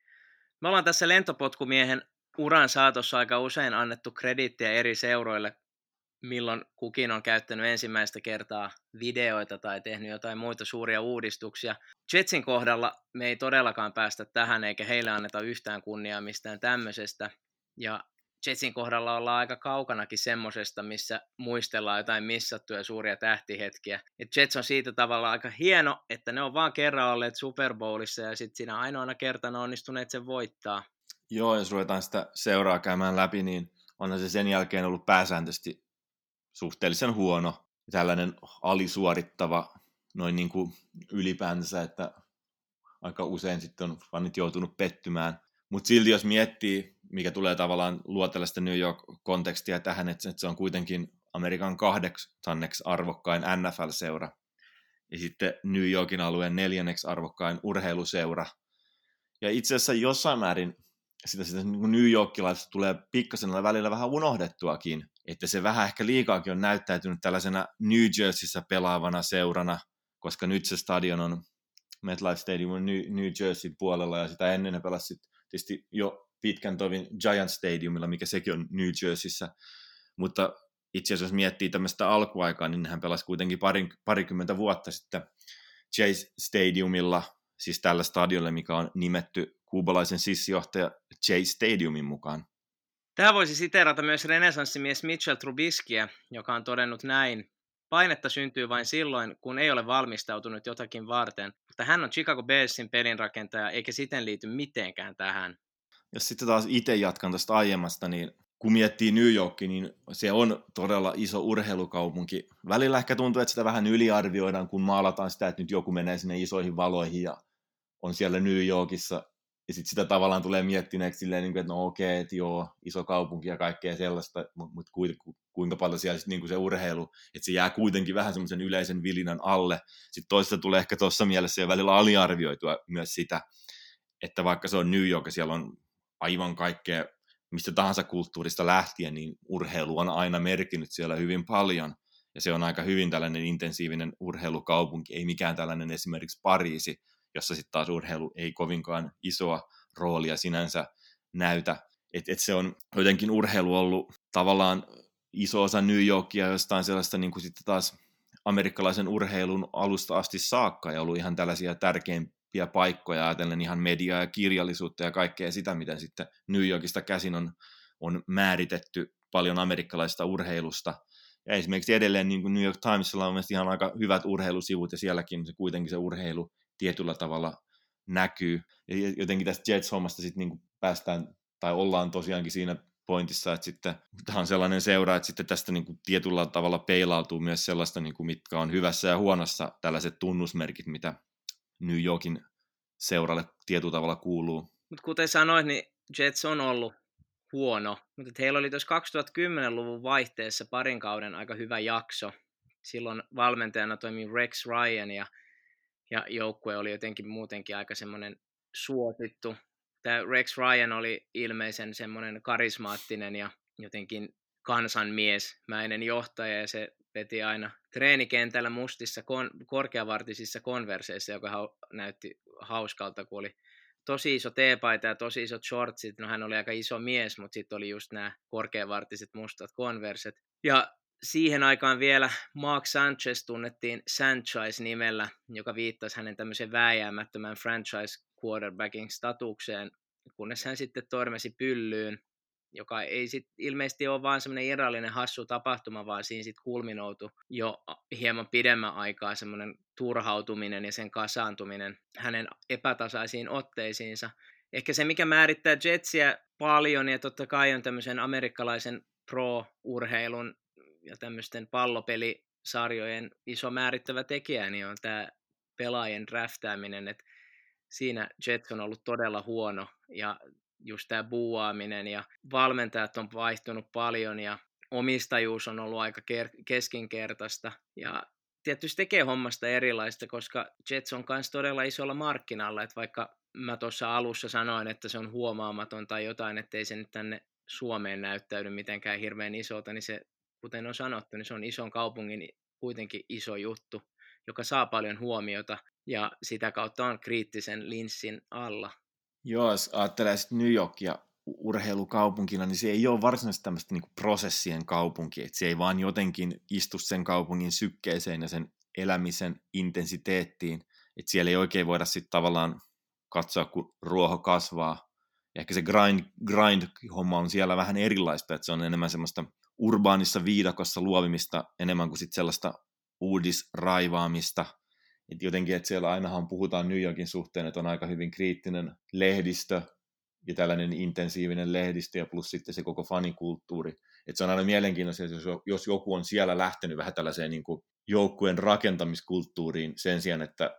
Me ollaan tässä lentopotkumiehen uran saatossa aika usein annettu krediittiä eri seuroille, milloin kukin on käyttänyt ensimmäistä kertaa videoita tai tehnyt jotain muita suuria uudistuksia. Jetsin kohdalla me ei todellakaan päästä tähän, eikä heille anneta yhtään kunniaa mistään tämmöisestä. Ja Jetsin kohdalla ollaan aika kaukanakin semmosesta, missä muistellaan jotain missattuja suuria tähtihetkiä. Et Jets on siitä tavalla aika hieno, että ne on vaan kerran olleet Super Bowlissa ja sitten siinä ainoana kertana onnistuneet sen voittaa. Joo, jos ruvetaan sitä seuraa käymään läpi, niin onhan se sen jälkeen ollut pääsääntöisesti suhteellisen huono, tällainen alisuorittava noin niin kuin ylipäänsä, että aika usein sitten on fanit joutunut pettymään. Mutta silti jos miettii, mikä tulee tavallaan luo tällaista New York-kontekstia tähän, että se on kuitenkin Amerikan 8. arvokkain NFL-seura ja sitten New Yorkin alueen 4. arvokkain urheiluseura. Ja itse asiassa jossain määrin sitä niin New Yorkilaisesta tulee pikkasen välillä vähän unohdettuakin, että se vähän ehkä liikaakin on näyttäytynyt tällaisena New Jerseyssä pelaavana seurana, koska nyt se stadion on MetLife Stadium New Jerseyn puolella, ja sitä ennen ne pelasi tietysti jo pitkän tovin Giant Stadiumilla, mikä sekin on New Jerseyssä, mutta itse asiassa jos miettii tämmöistä alkuaikaa, niin hän pelasi kuitenkin parikymmentä vuotta sitten Chase Stadiumilla, siis tällä stadionilla, mikä on nimetty kuubalaisen sissijohtaja Chase Stadiumin mukaan. Tämä voisi siteerata myös renesanssimies Mitchell Trubiskyä, joka on todennut näin: painetta syntyy vain silloin, kun ei ole valmistautunut jotakin varten. Mutta hän on Chicago Bearsin pelinrakentaja, eikä siten liity mitenkään tähän. Jos sitten taas itse jatkan tuosta aiemmasta, niin kun miettii New Yorkia, niin se on todella iso urheilukaupunki. Välillä ehkä tuntuu, että sitä vähän yliarvioidaan, kun maalataan sitä, että nyt joku menee sinne isoihin valoihin ja on siellä New Yorkissa. Ja sitten sitä tavallaan tulee miettineeksi silleen, että no okei, että joo, iso kaupunki ja kaikkea sellaista, mutta kuinka paljon siellä sitten niin se urheilu, että se jää kuitenkin vähän semmoisen yleisen vilinän alle. Sitten toisaalta tulee ehkä tuossa mielessä jo välillä aliarvioitua myös sitä, että vaikka se on New York ja siellä on aivan kaikkea, mistä tahansa kulttuurista lähtien, niin urheilu on aina merkinnyt siellä hyvin paljon. Ja se on aika hyvin tällainen intensiivinen urheilukaupunki, ei mikään tällainen esimerkiksi Pariisi, jossa sitten taas urheilu ei kovinkaan isoa roolia sinänsä näytä. Et se on jotenkin urheilu ollut tavallaan iso osa New Yorkia jostain sellaista niin kuin sitten taas amerikkalaisen urheilun alusta asti saakka ja ollut ihan tällaisia tärkeimpiä paikkoja ajatellen ihan mediaa ja kirjallisuutta ja kaikkea sitä, mitä sitten New Yorkista käsin on määritetty paljon amerikkalaisesta urheilusta. Ja esimerkiksi edelleen niin kuin New York Timesilla on mielestäni ihan aika hyvät urheilusivut ja sielläkin se kuitenkin se urheilu tietyllä tavalla näkyy. Ja jotenkin tästä Jets-hommasta sitten niin kuin päästään tai ollaan tosiaankin siinä pointissa, että sitten tämä on sellainen seura, että sitten tästä niin kuin tietyllä tavalla peilautuu myös sellaista, niin kuin mitkä on hyvässä ja huonossa tällaiset tunnusmerkit, mitä New Yorkin seuralle tietyllä tavalla kuuluu. Mutta kuten sanoit, niin Jets on ollut huono, mutta heillä oli tuossa 2010-luvun vaihteessa parin kauden aika hyvä jakso. Silloin valmentajana toimi Rex Ryan ja joukkue oli jotenkin muutenkin aika semmoinen suosittu. Tämä Rex Ryan oli ilmeisen semmoinen karismaattinen ja jotenkin kansanmiesmäinen johtaja ja se veti aina treenikentällä mustissa korkeavartisissa konverseissa, joka näytti hauskalta, kun oli tosi iso teepaita ja tosi isot shortsit. No hän oli aika iso mies, mutta sitten oli just nämä korkeavartiset mustat konverset. Ja siihen aikaan vielä Mark Sanchez tunnettiin Sanchez-nimellä, joka viittasi hänen tämmöisen vääjäämättömän franchise quarterbackin statukseen, kunnes hän sitten tormesi pyllyyn, joka ei sitten ilmeisesti ole vaan semmoinen irrallinen hassu tapahtuma, vaan siinä sitten kulminoutui jo hieman pidemmän aikaa semmoinen turhautuminen ja sen kasaantuminen hänen epätasaisiin otteisiinsa. Ehkä se, mikä määrittää Jetsiä paljon, ja totta kai on tämmöisen amerikkalaisen pro-urheilun ja tämmöisten pallopelisarjojen iso määrittävä tekijä, niin on tämä pelaajien draftaaminen, että siinä Jets on ollut todella huono, ja just tämä buuaaminen, ja valmentajat on vaihtunut paljon, ja omistajuus on ollut aika keskinkertaista, ja tietysti tekee hommasta erilaista, koska Jets on myös todella isolla markkinalla, että vaikka mä tuossa alussa sanoin, että se on huomaamaton tai jotain, ettei se nyt tänne Suomeen näyttäydy mitenkään hirveän isolta, niin se, kuten on sanottu, niin se on ison kaupungin kuitenkin iso juttu, joka saa paljon huomiota ja sitä kautta on kriittisen linssin alla. Joo, jos ajattelee sitten New Yorkia urheilukaupunkina, niin se ei ole varsinaisesti tämmöistä niinku prosessien kaupunki, että se ei vaan jotenkin istu sen kaupungin sykkeeseen ja sen elämisen intensiteettiin, että siellä ei oikein voida sitten tavallaan katsoa, kun ruoho kasvaa. Ja ehkä se grind-homma on siellä vähän erilaista, että se on enemmän semmoista urbaanissa viidakossa luovimista enemmän kuin sitten sellaista uudisraivaamista. Että jotenkin, että siellä ainahan puhutaan New Yorkin suhteen, että on aika hyvin kriittinen lehdistö ja tällainen intensiivinen lehdistö ja plus sitten se koko fanikulttuuri. Että se on aina mielenkiintoista, jos joku on siellä lähtenyt vähän tällaiseen niin kuin joukkueen rakentamiskulttuuriin sen sijaan, että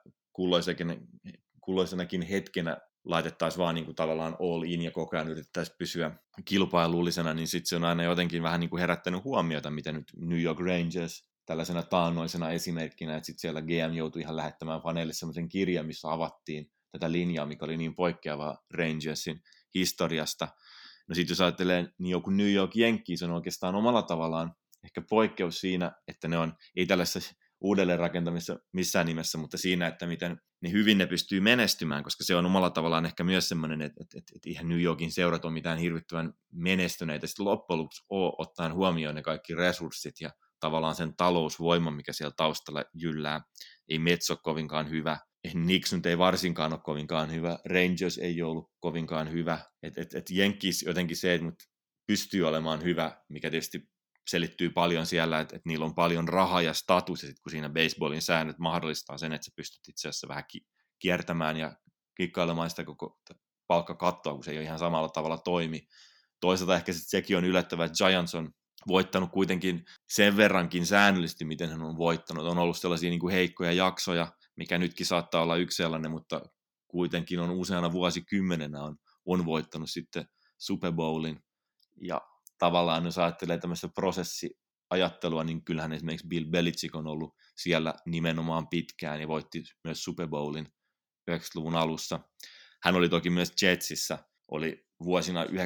kulloisenakin hetkenä laitettaisiin vaan niin kuin tavallaan all in ja koko ajan yritettäisiin pysyä kilpailullisena, niin sitten se on aina jotenkin vähän niin kuin herättänyt huomiota, mitä nyt New York Rangers tällaisena taannoisena esimerkkinä, että sitten siellä GM joutui ihan lähettämään faneille semmoisen kirjan, missä avattiin tätä linjaa, mikä oli niin poikkeavaa Rangersin historiasta. No sitten jos ajattelee, niin joku New York Yankees on oikeastaan omalla tavallaan ehkä poikkeus siinä, että ne on, ei tällaisessa uudelleenrakentamissa missään nimessä, mutta siinä, että miten ne hyvin ne pystyy menestymään, koska se on omalla tavallaan ehkä myös semmoinen, että ihan New Yorkin seurat on mitään hirvittävän menestyneitä. Sitten loppujen lopuksi ottaen huomioon ne kaikki resurssit ja tavallaan sen talousvoiman, mikä siellä taustalla jyllää. Ei Mets ole kovinkaan hyvä, Knicks nyt ei varsinkaan ole kovinkaan hyvä, Rangers ei ollut kovinkaan hyvä. Et Yankees jotenkin se, että pystyy olemaan hyvä, mikä tietysti selittyy paljon siellä, että niillä on paljon rahaa ja status, ja sit kun siinä baseballin säännöt mahdollistaa sen, että sä pystyt itse asiassa vähän kiertämään ja kikkailemaan sitä koko palkkakattoa, kun se ei ole ihan samalla tavalla toimi. Toisaalta ehkä sekin on yllättävää, että Giants on voittanut kuitenkin sen verrankin säännöllisesti, miten hän on voittanut. On ollut sellaisia niin kuin heikkoja jaksoja, mikä nytkin saattaa olla yksi sellainen, mutta kuitenkin on useana vuosikymmenenä on voittanut sitten Super Bowlin. Ja tavallaan jos ajattelee tämmöistä prosessiajattelua, niin kyllähän esimerkiksi Bill Belichick on ollut siellä nimenomaan pitkään ja voitti myös Super Bowlin 90-luvun alussa. Hän oli toki myös Jetsissä, oli vuosina 97-99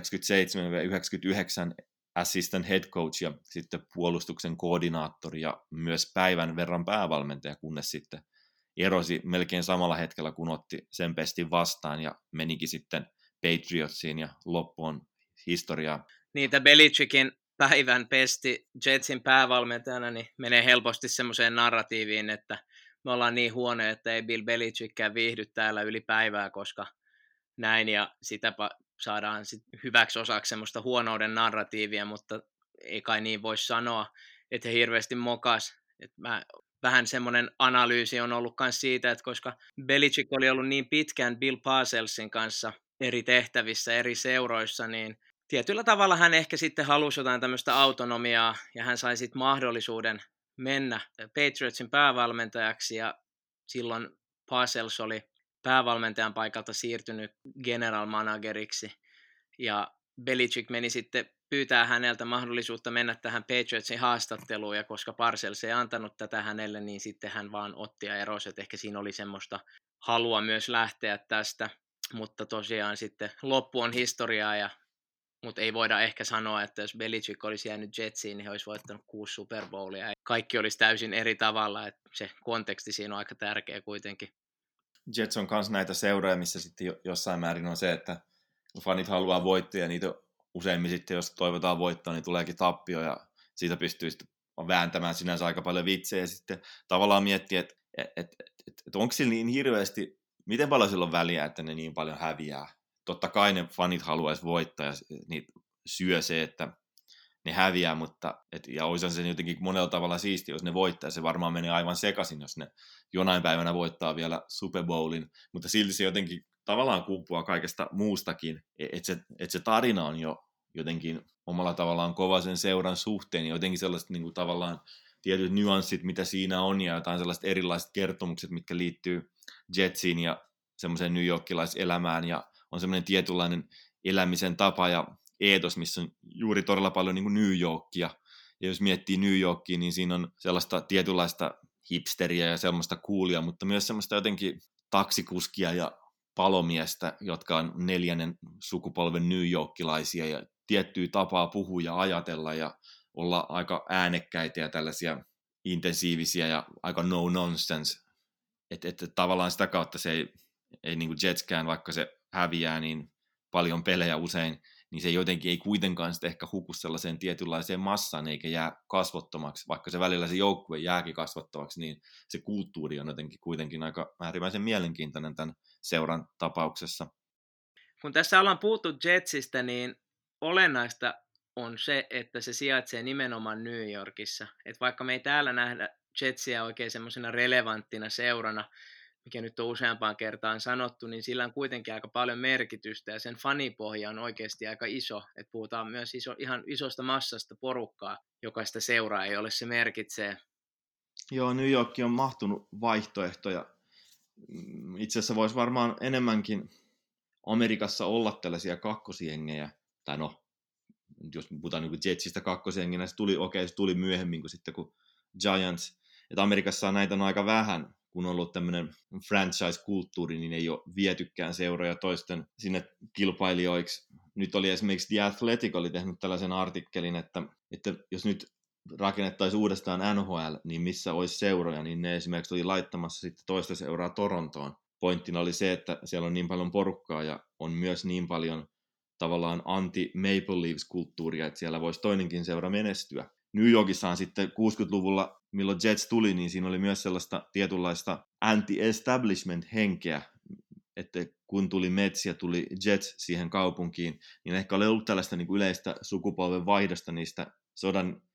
assistant head coach ja sitten puolustuksen koordinaattori ja myös päivän verran päävalmentaja, kunnes sitten erosi melkein samalla hetkellä, kun otti sen pestin vastaan ja menikin sitten Patriotsiin ja loppuun historiaa. Niitä Belichickin päivän pesti Jetsin päävalmentajana niin menee helposti semmoiseen narratiiviin, että me ollaan niin huonoja, että ei Bill Belichickkään viihdy täällä yli päivää, koska näin, ja sitä saadaan sit hyväksi osaksi semmoista huonouden narratiivia, mutta ei kai niin voi sanoa, että he hirveästi mokas. Vähän semmoinen analyysi on ollut myös siitä, että koska Belichick oli ollut niin pitkään Bill Parcellsin kanssa eri tehtävissä, eri seuroissa, niin tietyllä tavalla hän ehkä sitten halusi jotain tämmöistä autonomiaa, ja hän sai sitten mahdollisuuden mennä Patriotsin päävalmentajaksi, ja silloin Parcells oli päävalmentajan paikalta siirtynyt general manageriksi, ja Belichick meni sitten pyytää häneltä mahdollisuutta mennä tähän Patriotsin haastatteluun, ja koska Parcells ei antanut tätä hänelle, niin sitten hän vaan otti ja erosi, että ehkä siinä oli semmoista halua myös lähteä tästä, mutta tosiaan sitten loppu on historiaa, mutta ei voida ehkä sanoa, että jos Belichick olisi jäänyt Jetsiin, niin he olisi voittanut 6 Super Bowlia, ja kaikki olisi täysin eri tavalla, että se konteksti siinä on aika tärkeä kuitenkin. Jets on myös näitä seuroja, missä sitten jossain määrin on se, että fanit haluaa voittaa, ja niitä useimmin sitten, jos toivotaan voittoa, niin tuleekin tappio, ja siitä pystyy sitten vääntämään sinänsä aika paljon vitsejä, ja sitten tavallaan miettiä, että onko sillä niin hirveästi, miten paljon sillä on väliä, että ne niin paljon häviää. Totta kai ne fanit haluaisi voittaa, ja niitä syö se, että ne häviää, ja olisihan se jotenkin monella tavalla siisti, jos ne voittaa. Se varmaan menee aivan sekaisin, jos ne jonain päivänä voittaa vielä Super Bowlin, mutta silti se jotenkin tavallaan kumpuaa kaikesta muustakin, että se tarina on jo jotenkin omalla tavallaan kova sen seuran suhteen, ja jotenkin sellaiset niin kuin tavallaan tietyt nyanssit, mitä siinä on, ja jotain sellaiset erilaiset kertomukset, mitkä liittyy Jetsiin ja semmoiseen New Yorkilaiselämään, ja on semmoinen tietynlainen elämisen tapa ja eetos, missä on juuri todella paljon niin kuin New Yorkia. Ja jos miettii New Yorkia, niin siinä on sellaista tietynlaista hipsteriä ja semmoista coolia, mutta myös semmoista jotenkin taksikuskia ja palomiestä, jotka on 4. sukupolven New Yorkilaisia ja tiettyä tapaa puhua ja ajatella ja olla aika äänekkäitä ja tällaisia intensiivisiä ja aika no nonsense. Että tavallaan sitä kautta se ei niin kuin Jetskään, vaikka se häviää niin paljon pelejä usein, niin se jotenkin ei kuitenkaan sitten ehkä huku sellaiseen tietynlaiseen massaan eikä jää kasvottomaksi, vaikka se välillä se joukkue jääkin kasvottomaksi, niin se kulttuuri on jotenkin kuitenkin aika äärimmäisen mielenkiintoinen tämän seuran tapauksessa. Kun tässä ollaan puhuttu Jetsistä, niin olennaista on se, että se sijaitsee nimenomaan New Yorkissa. Et vaikka me ei täällä nähdä Jetsiä oikein semmoisena relevanttina seurana, mikä nyt on useampaan kertaan sanottu, niin sillä on kuitenkin aika paljon merkitystä, ja sen fanipohja on oikeasti aika iso. Et puhutaan myös ihan isosta massasta porukkaa, joka sitä seuraa, jolle se merkitsee. Joo, New York on mahtunut vaihtoehtoja. Itse asiassa voisi varmaan enemmänkin Amerikassa olla tällaisia kakkosjengejä, tai no, jos puhutaan niin Jetsistä kakkosjenginä, se tuli myöhemmin kuin sitten kuin Giants. Että Amerikassa näitä on aika vähän, kun on ollut tämmöinen franchise-kulttuuri, niin ei ole vietykään seuroja toisten sinne kilpailijoiksi. Nyt oli esimerkiksi The Athletic oli tehnyt tällaisen artikkelin, että jos nyt rakennettaisiin uudestaan NHL, niin missä olisi seuroja, niin ne esimerkiksi oli laittamassa sitten toista seuraa Torontoon. Pointtina oli se, että siellä on niin paljon porukkaa ja on myös niin paljon tavallaan anti-Maple Leafs-kulttuuria, että siellä voisi toinenkin seura menestyä. New Yorkissa on sitten 60-luvulla, milloin Jets tuli, niin siinä oli myös sellaista tietynlaista anti-establishment-henkeä, että kun tuli Mets ja tuli Jets siihen kaupunkiin, niin ehkä oli ollut tällaista niin kuin yleistä sukupolven vaihdosta niistä sodan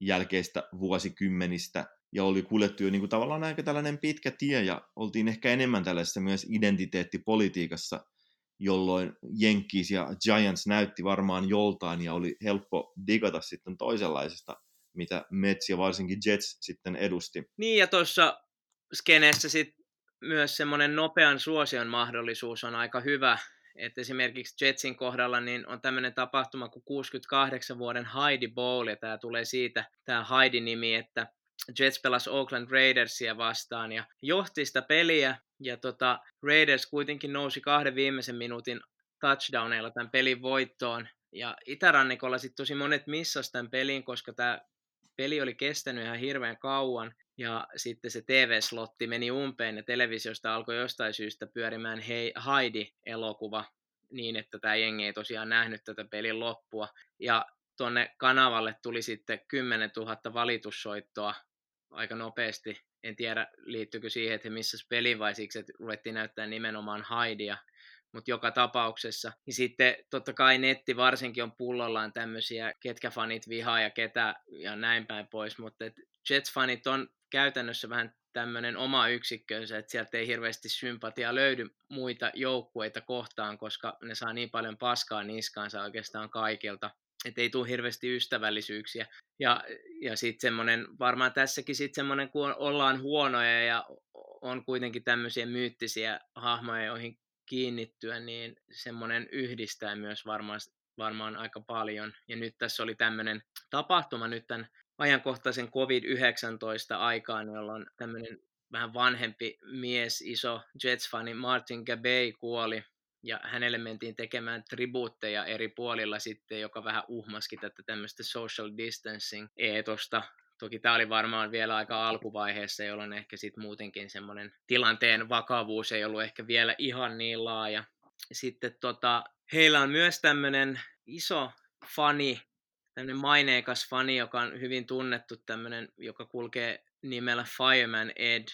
jälkeistä vuosikymmenistä, ja oli kuljettu jo niin kuin tavallaan aika tällainen pitkä tie, ja oltiin ehkä enemmän tällaisessa myös identiteettipolitiikassa, jolloin Yankees ja Giants näytti varmaan joltain, ja oli helppo digata sitten toisenlaisesta, mitä Mets ja varsinkin Jets sitten edusti. Niin, ja tuossa skeneessä sitten myös semmoinen nopean suosion mahdollisuus on aika hyvä. Et esimerkiksi Jetsin kohdalla niin on tämmöinen tapahtuma kuin 68 vuoden Heidi Bowl, ja tämä tulee siitä, tämä Heidi-nimi, että Jets pelasi Oakland Raidersia vastaan ja johti sitä peliä, ja Raiders kuitenkin nousi 2 viimeisen minuutin touchdowneilla tämän pelin voittoon, ja itärannikolla sitten tosi monet missasi tämän pelin, koska tämä peli oli kestänyt ihan hirveän kauan, ja sitten se TV-slotti meni umpeen, ja televisiosta alkoi jostain syystä pyörimään Heidi-elokuva niin, että tämä jengi ei tosiaan nähnyt tätä pelin loppua, ja tuonne kanavalle tuli sitten 10 000 valitussoittoa aika nopeasti. En tiedä, liittyykö siihen, että he missas pelin vai siksi, että ruvettiin näyttää nimenomaan Heidia, mutta joka tapauksessa. Ja sitten totta kai netti varsinkin on pullollaan tämmöisiä, ketkä fanit vihaa ja ketä ja näin päin pois, mutta Jets-fanit on käytännössä vähän tämmöinen oma yksikkönsä, että sieltä ei hirveästi sympatiaa löydy muita joukkueita kohtaan, koska ne saa niin paljon paskaa niskaansa oikeastaan kaikilta, että ei tule hirveästi ystävällisyyksiä. Ja sitten semmoinen, varmaan tässäkin sitten semmoinen, kun ollaan huonoja ja on kuitenkin tämmöisiä myyttisiä hahmoja, joihin kiinnittyä, niin semmoinen yhdistää myös varmaan aika paljon. Ja nyt tässä oli tämmöinen tapahtuma nyt tämän ajankohtaisen COVID-19 aikaan, jolloin tämmöinen vähän vanhempi mies, iso Jets-fani Martin Gabay kuoli, ja hänelle mentiin tekemään tribuutteja eri puolilla sitten, joka vähän uhmaski tätä tämmöistä social distancing-eetosta. Toki tämä oli varmaan vielä aika alkuvaiheessa, jolloin ehkä sitten muutenkin semmoinen tilanteen vakavuus ei ollut ehkä vielä ihan niin laaja. Sitten heillä on myös tämmöinen iso fani, tämmöinen maineikas fani, joka on hyvin tunnettu, tämmöinen, joka kulkee nimellä Fireman Ed,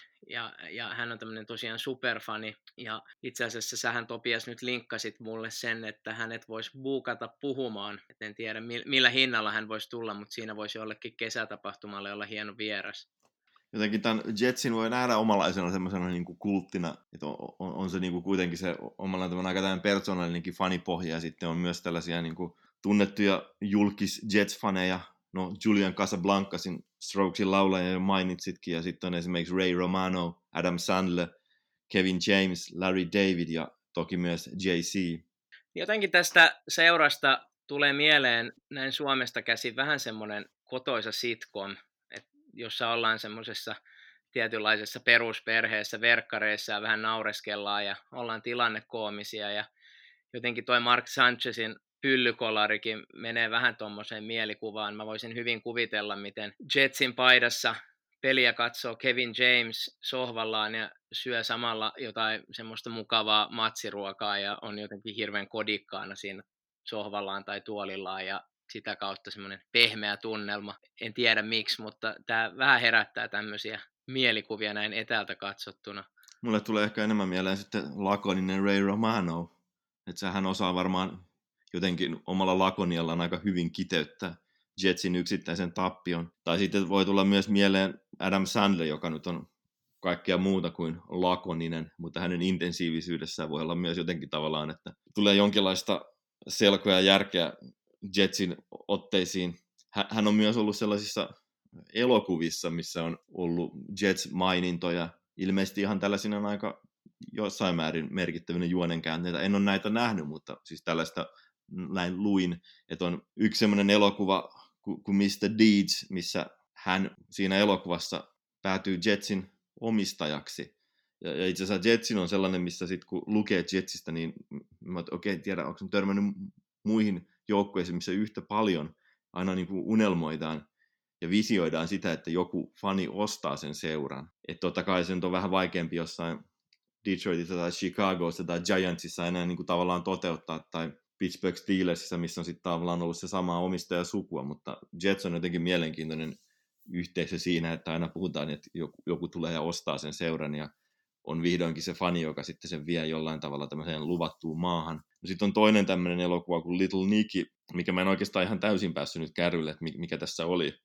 ja hän on tämmöinen tosiaan superfani, ja itse asiassa sähän Topias nyt linkkasit mulle sen, että hänet voisi buukata puhumaan, et en tiedä millä hinnalla hän voisi tulla, mutta siinä voisi jollekin kesätapahtumalle olla hieno vieras. Jotenkin tämän Jetsin voi nähdä omanlaisena semmoisena niin kuin kulttina, että on se niin kuin kuitenkin se omanlainen aika tämmöinen persoonallinenkin fanipohja, ja sitten on myös tällaisia niin kuin tunnettuja julkis Jets-faneja, no Julian Casablancasin Strokesin laulaja jo mainitsitkin, ja sitten on esimerkiksi Ray Romano, Adam Sandler, Kevin James, Larry David ja toki myös JC. Jotenkin tästä seurasta tulee mieleen näin Suomesta käsin vähän semmoinen kotoisa sitcom, jossa ollaan semmoisessa tietynlaisessa perusperheessä, verkkareissa ja vähän naureskellaan ja ollaan tilannekoomisia, ja jotenkin toi Mark Sanchezin pyllykolarikin menee vähän tuommoiseen mielikuvaan. Mä voisin hyvin kuvitella, miten Jetsin paidassa peliä katsoo Kevin James sohvallaan ja syö samalla jotain semmoista mukavaa matsiruokaa ja on jotenkin hirveän kodikkaana siinä sohvallaan tai tuolillaan, ja sitä kautta semmoinen pehmeä tunnelma. En tiedä miksi, mutta tämä vähän herättää tämmöisiä mielikuvia näin etäältä katsottuna. Mulle tulee ehkä enemmän mieleen sitten lakoninen Ray Romano, että hän osaa varmaan jotenkin omalla lakoniallaan aika hyvin kiteyttää Jetsin yksittäisen tappion. Tai sitten voi tulla myös mieleen Adam Sandler, joka nyt on kaikkea muuta kuin lakoninen, mutta hänen intensiivisyydessään voi olla myös jotenkin tavallaan, että tulee jonkinlaista selkoa ja järkeä Jetsin otteisiin. Hän on myös ollut sellaisissa elokuvissa, missä on ollut Jets-mainintoja, ilmeisesti ihan tällaisina aika jossain määrin merkittävinä juonenkäänteitä. En ole näitä nähnyt, mutta siis tällaista näin luin, että on yksi semmoinen elokuva kuin Mr. Deeds, missä hän siinä elokuvassa päätyy Jetsin omistajaksi. Ja itse asiassa Jetsin on sellainen, missä sitten kun lukee Jetsistä, niin mä okei, tiedä, onko mä törmännyt muihin joukkueisiin, missä yhtä paljon aina niin kuin unelmoidaan ja visioidaan sitä, että joku fani ostaa sen seuran. Että totta kai se on vähän vaikeampi jossain Detroitissa tai Chicagossa tai Giantsissa enää niin kuin tavallaan toteuttaa, tai Pittsburgh Steelersissa, missä on sitten tavallaan ollut se sama omistajasukua, mutta Jets on jotenkin mielenkiintoinen yhteisö siinä, että aina puhutaan, että joku tulee ja ostaa sen seuran, ja on vihdoinkin se fani, joka sitten sen vie jollain tavalla tämmöiseen luvattuun maahan. No sitten on toinen tämmöinen elokuva kuin Little Nicky, mikä mä en oikeastaan ihan täysin päässyt nyt kärrylle, että mikä tässä oli.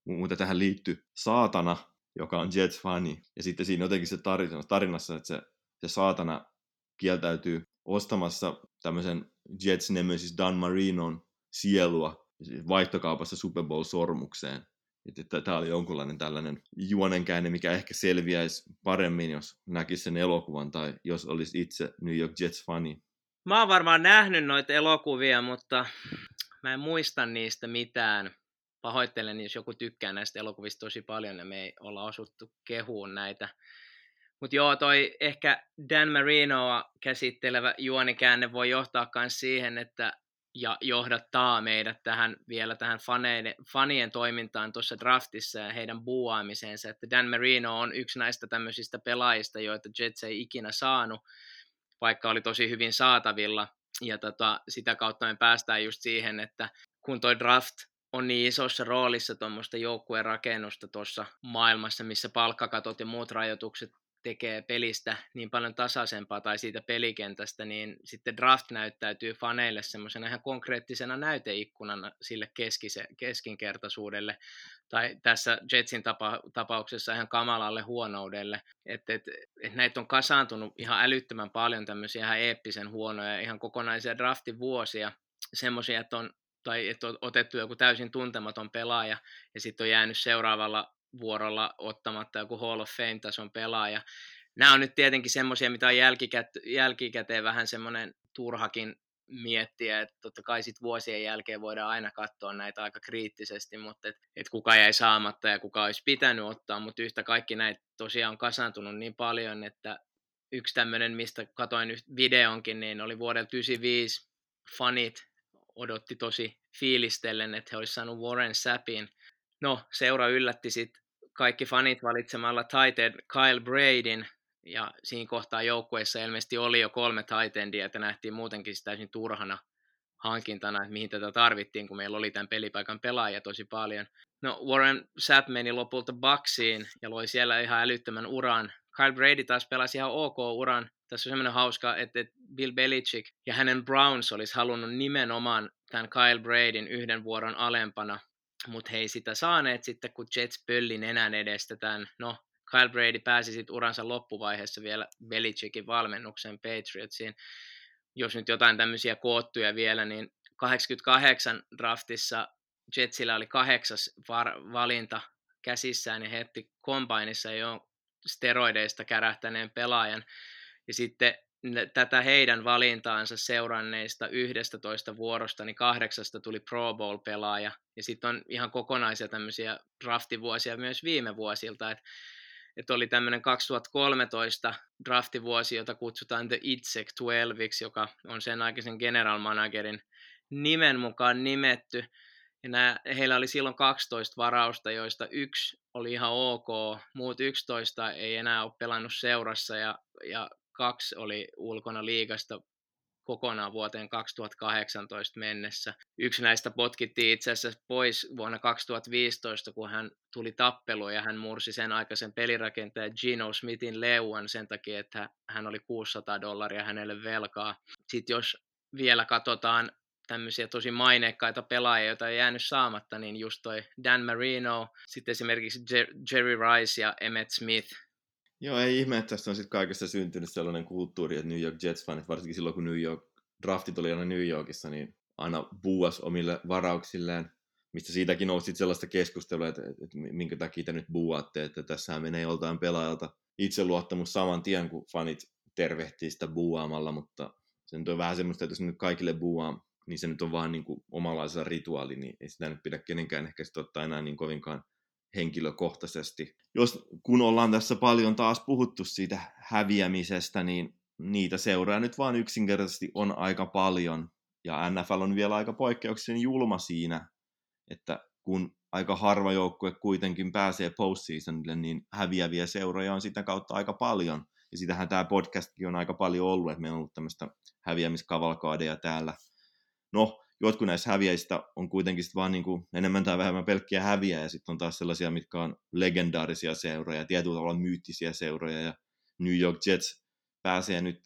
Mutta tähän liittyy saatana, joka on Jets-fani. Ja sitten siinä jotenkin se tarinassa, että se saatana kieltäytyy ostamassa tämmöisen Jets nemesis Dan Marinon sielua vaihtokaupassa Super Bowl-sormukseen. Että tämä oli jonkunlainen tällainen juonenkäänne, mikä ehkä selviäisi paremmin, jos näkisi sen elokuvan tai jos olisi itse New York Jets-fani. Mä oon varmaan nähnyt noita elokuvia, mutta mä en muista niistä mitään. Pahoittelen, jos joku tykkää näistä elokuvista tosi paljon ja me ei olla osuttu kehuun näitä. Mutta joo, toi ehkä Dan Marinoa käsittelevä juonikäänne voi johtaa myös siihen, että ja johdattaa meidät vielä tähän fanien toimintaan tuossa draftissa ja heidän buuaamiseensa, että Dan Marino on yksi näistä tämmöisistä pelaajista, joita Jets ei ikinä saanut, vaikka oli tosi hyvin saatavilla, ja sitä kautta me päästään just siihen, että kun toi draft on niin isossa roolissa tuommoista joukkueen rakennusta tuossa maailmassa, missä palkkakatot ja muut rajoitukset tekee pelistä niin paljon tasaisempaa tai siitä pelikentästä, niin sitten draft näyttäytyy faneille semmoisena ihan konkreettisena näyteikkunana sille keskinkertaisuudelle, tai tässä Jetsin tapauksessa ihan kamalalle huonoudelle, että näitä on kasaantunut ihan älyttömän paljon tämmöisiä ihan eeppisen huonoja, ihan kokonaisia draftivuosia, semmoisia, että on otettu joku täysin tuntematon pelaaja, ja sitten on jäänyt seuraavalla vuorolla ottamatta joku Hall of Fame-tason pelaaja. Nämä on nyt tietenkin semmoisia, mitä on jälkikäteen vähän semmoinen turhakin miettiä, että totta kai sit vuosien jälkeen voidaan aina katsoa näitä aika kriittisesti, mutta et kuka jäi saamatta ja kuka olisi pitänyt ottaa, mutta yhtä kaikki näitä tosiaan on kasaantunut niin paljon, että yksi tämmöinen, mistä katoin videonkin, niin oli vuodelta 1995 fanit odotti tosi fiilistellen, että he olisi saanut Warren Sappin. No, seura yllätti sitten kaikki fanit valitsemalla tight end Kyle Bradyn, ja siinä kohtaa joukkueessa ilmeisesti oli jo 3 tight endia, että nähtiin muutenkin täysin turhana hankintana, että mihin tätä tarvittiin, kun meillä oli tämän pelipaikan pelaajia tosi paljon. No, Warren Sapp meni lopulta Bucksiin ja loi siellä ihan älyttömän uran. Kyle Brady taas pelasi ihan ok-uran. Tässä on semmoinen hauska, että Bill Belichick ja hänen Browns olisi halunnut nimenomaan tämän Kyle Bradyn 1 vuoron alempana, mutta he ei sitä saaneet sitten, kun Jets pölli nenän edestä tämän. No, Kyle Brady pääsi sitten uransa loppuvaiheessa vielä Belichickin valmennuksen Patriotsiin. Jos nyt jotain tämmöisiä koottuja vielä, niin 88 draftissa Jetsillä oli 8. valinta käsissään ja he otti Combineissa jo steroideista kärähtäneen pelaajan. Ja sitten tätä heidän valintaansa seuranneista 11 vuorosta, niin 8 tuli Pro Bowl-pelaaja. Ja sitten on ihan kokonaisia tämmöisiä draftivuosia myös viime vuosilta, että oli tämmöinen 2013 draftivuosi, jota kutsutaan The Itzek 12, joka on sen aikaisen general managerin nimen mukaan nimetty. Ja heillä oli silloin 12 varausta, joista 1 oli ihan ok, muut 11 ei enää ole pelannut seurassa ja 2 oli ulkona liigasta kokonaan vuoteen 2018 mennessä. Yksi näistä potkittiin itse asiassa pois vuonna 2015, kun hän tuli tappeluun ja hän mursi sen aikaisen pelirakentajan Geno Smithin leuan sen takia, että hän oli $600 hänelle velkaa. Sitten jos vielä katsotaan tämmöisiä tosi maineikkaita pelaajia, joita ei jäänyt saamatta, niin just toi Dan Marino, sitten esimerkiksi Jerry Rice ja Emmitt Smith. Joo, ei ihme, että tästä on sitten kaikessa syntynyt sellainen kulttuuri, että New York Jets-fanit, varsinkin silloin kun draftit oli aina New Yorkissa, niin aina buuas omille varauksilleen, mistä siitäkin nousi sellaista keskustelua, että minkä takia te nyt buuatte, että tässä menee joltain pelaajalta itseluottamus saman tien, kun fanit tervehtii sitä buuaamalla, mutta se nyt on vähän semmoista, että jos nyt kaikille buuaa, niin se nyt on vaan niin kuin omanlaisella rituaali, niin ei sitä nyt pidä kenenkään ehkä sitten ottaa enää niin kovinkaan henkilökohtaisesti. Kun ollaan tässä paljon taas puhuttu siitä häviämisestä, niin niitä seuraa nyt vaan yksinkertaisesti on aika paljon. Ja NFL on vielä aika poikkeuksellisen julma siinä, että kun aika harva joukkue kuitenkin pääsee postseasonille, niin häviäviä seuroja on sitä kautta aika paljon. Ja sitähän tämä podcastkin on aika paljon ollut, että meillä on ollut tämmöistä häviämiskavalkaadeja täällä. No, jotkut näistä häviäjistä on kuitenkin vaan niin kuin enemmän tai vähemmän pelkkiä häviä, ja sitten on taas sellaisia, mitkä on legendaarisia seuroja, tietyllä tavalla myyttisiä seuroja, ja New York Jets pääsee nyt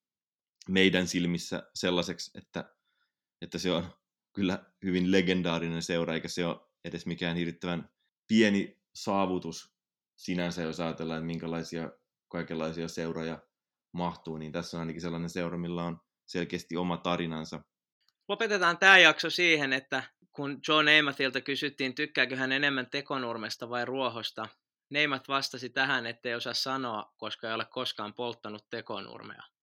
meidän silmissä sellaiseksi, että se on kyllä hyvin legendaarinen seura, eikä se ole edes mikään hirvittävän pieni saavutus sinänsä, jos ajatellaan, että minkälaisia kaikenlaisia seuroja mahtuu, niin tässä on ainakin sellainen seura, millä on selkeästi oma tarinansa. Lopetetaan tämä jakso siihen, että kun Joe Namathilta kysyttiin, tykkääkö hän enemmän tekonurmesta vai ruohosta, Namath vastasi tähän, ettei osaa sanoa, koska ei ole koskaan polttanut tekonurmea.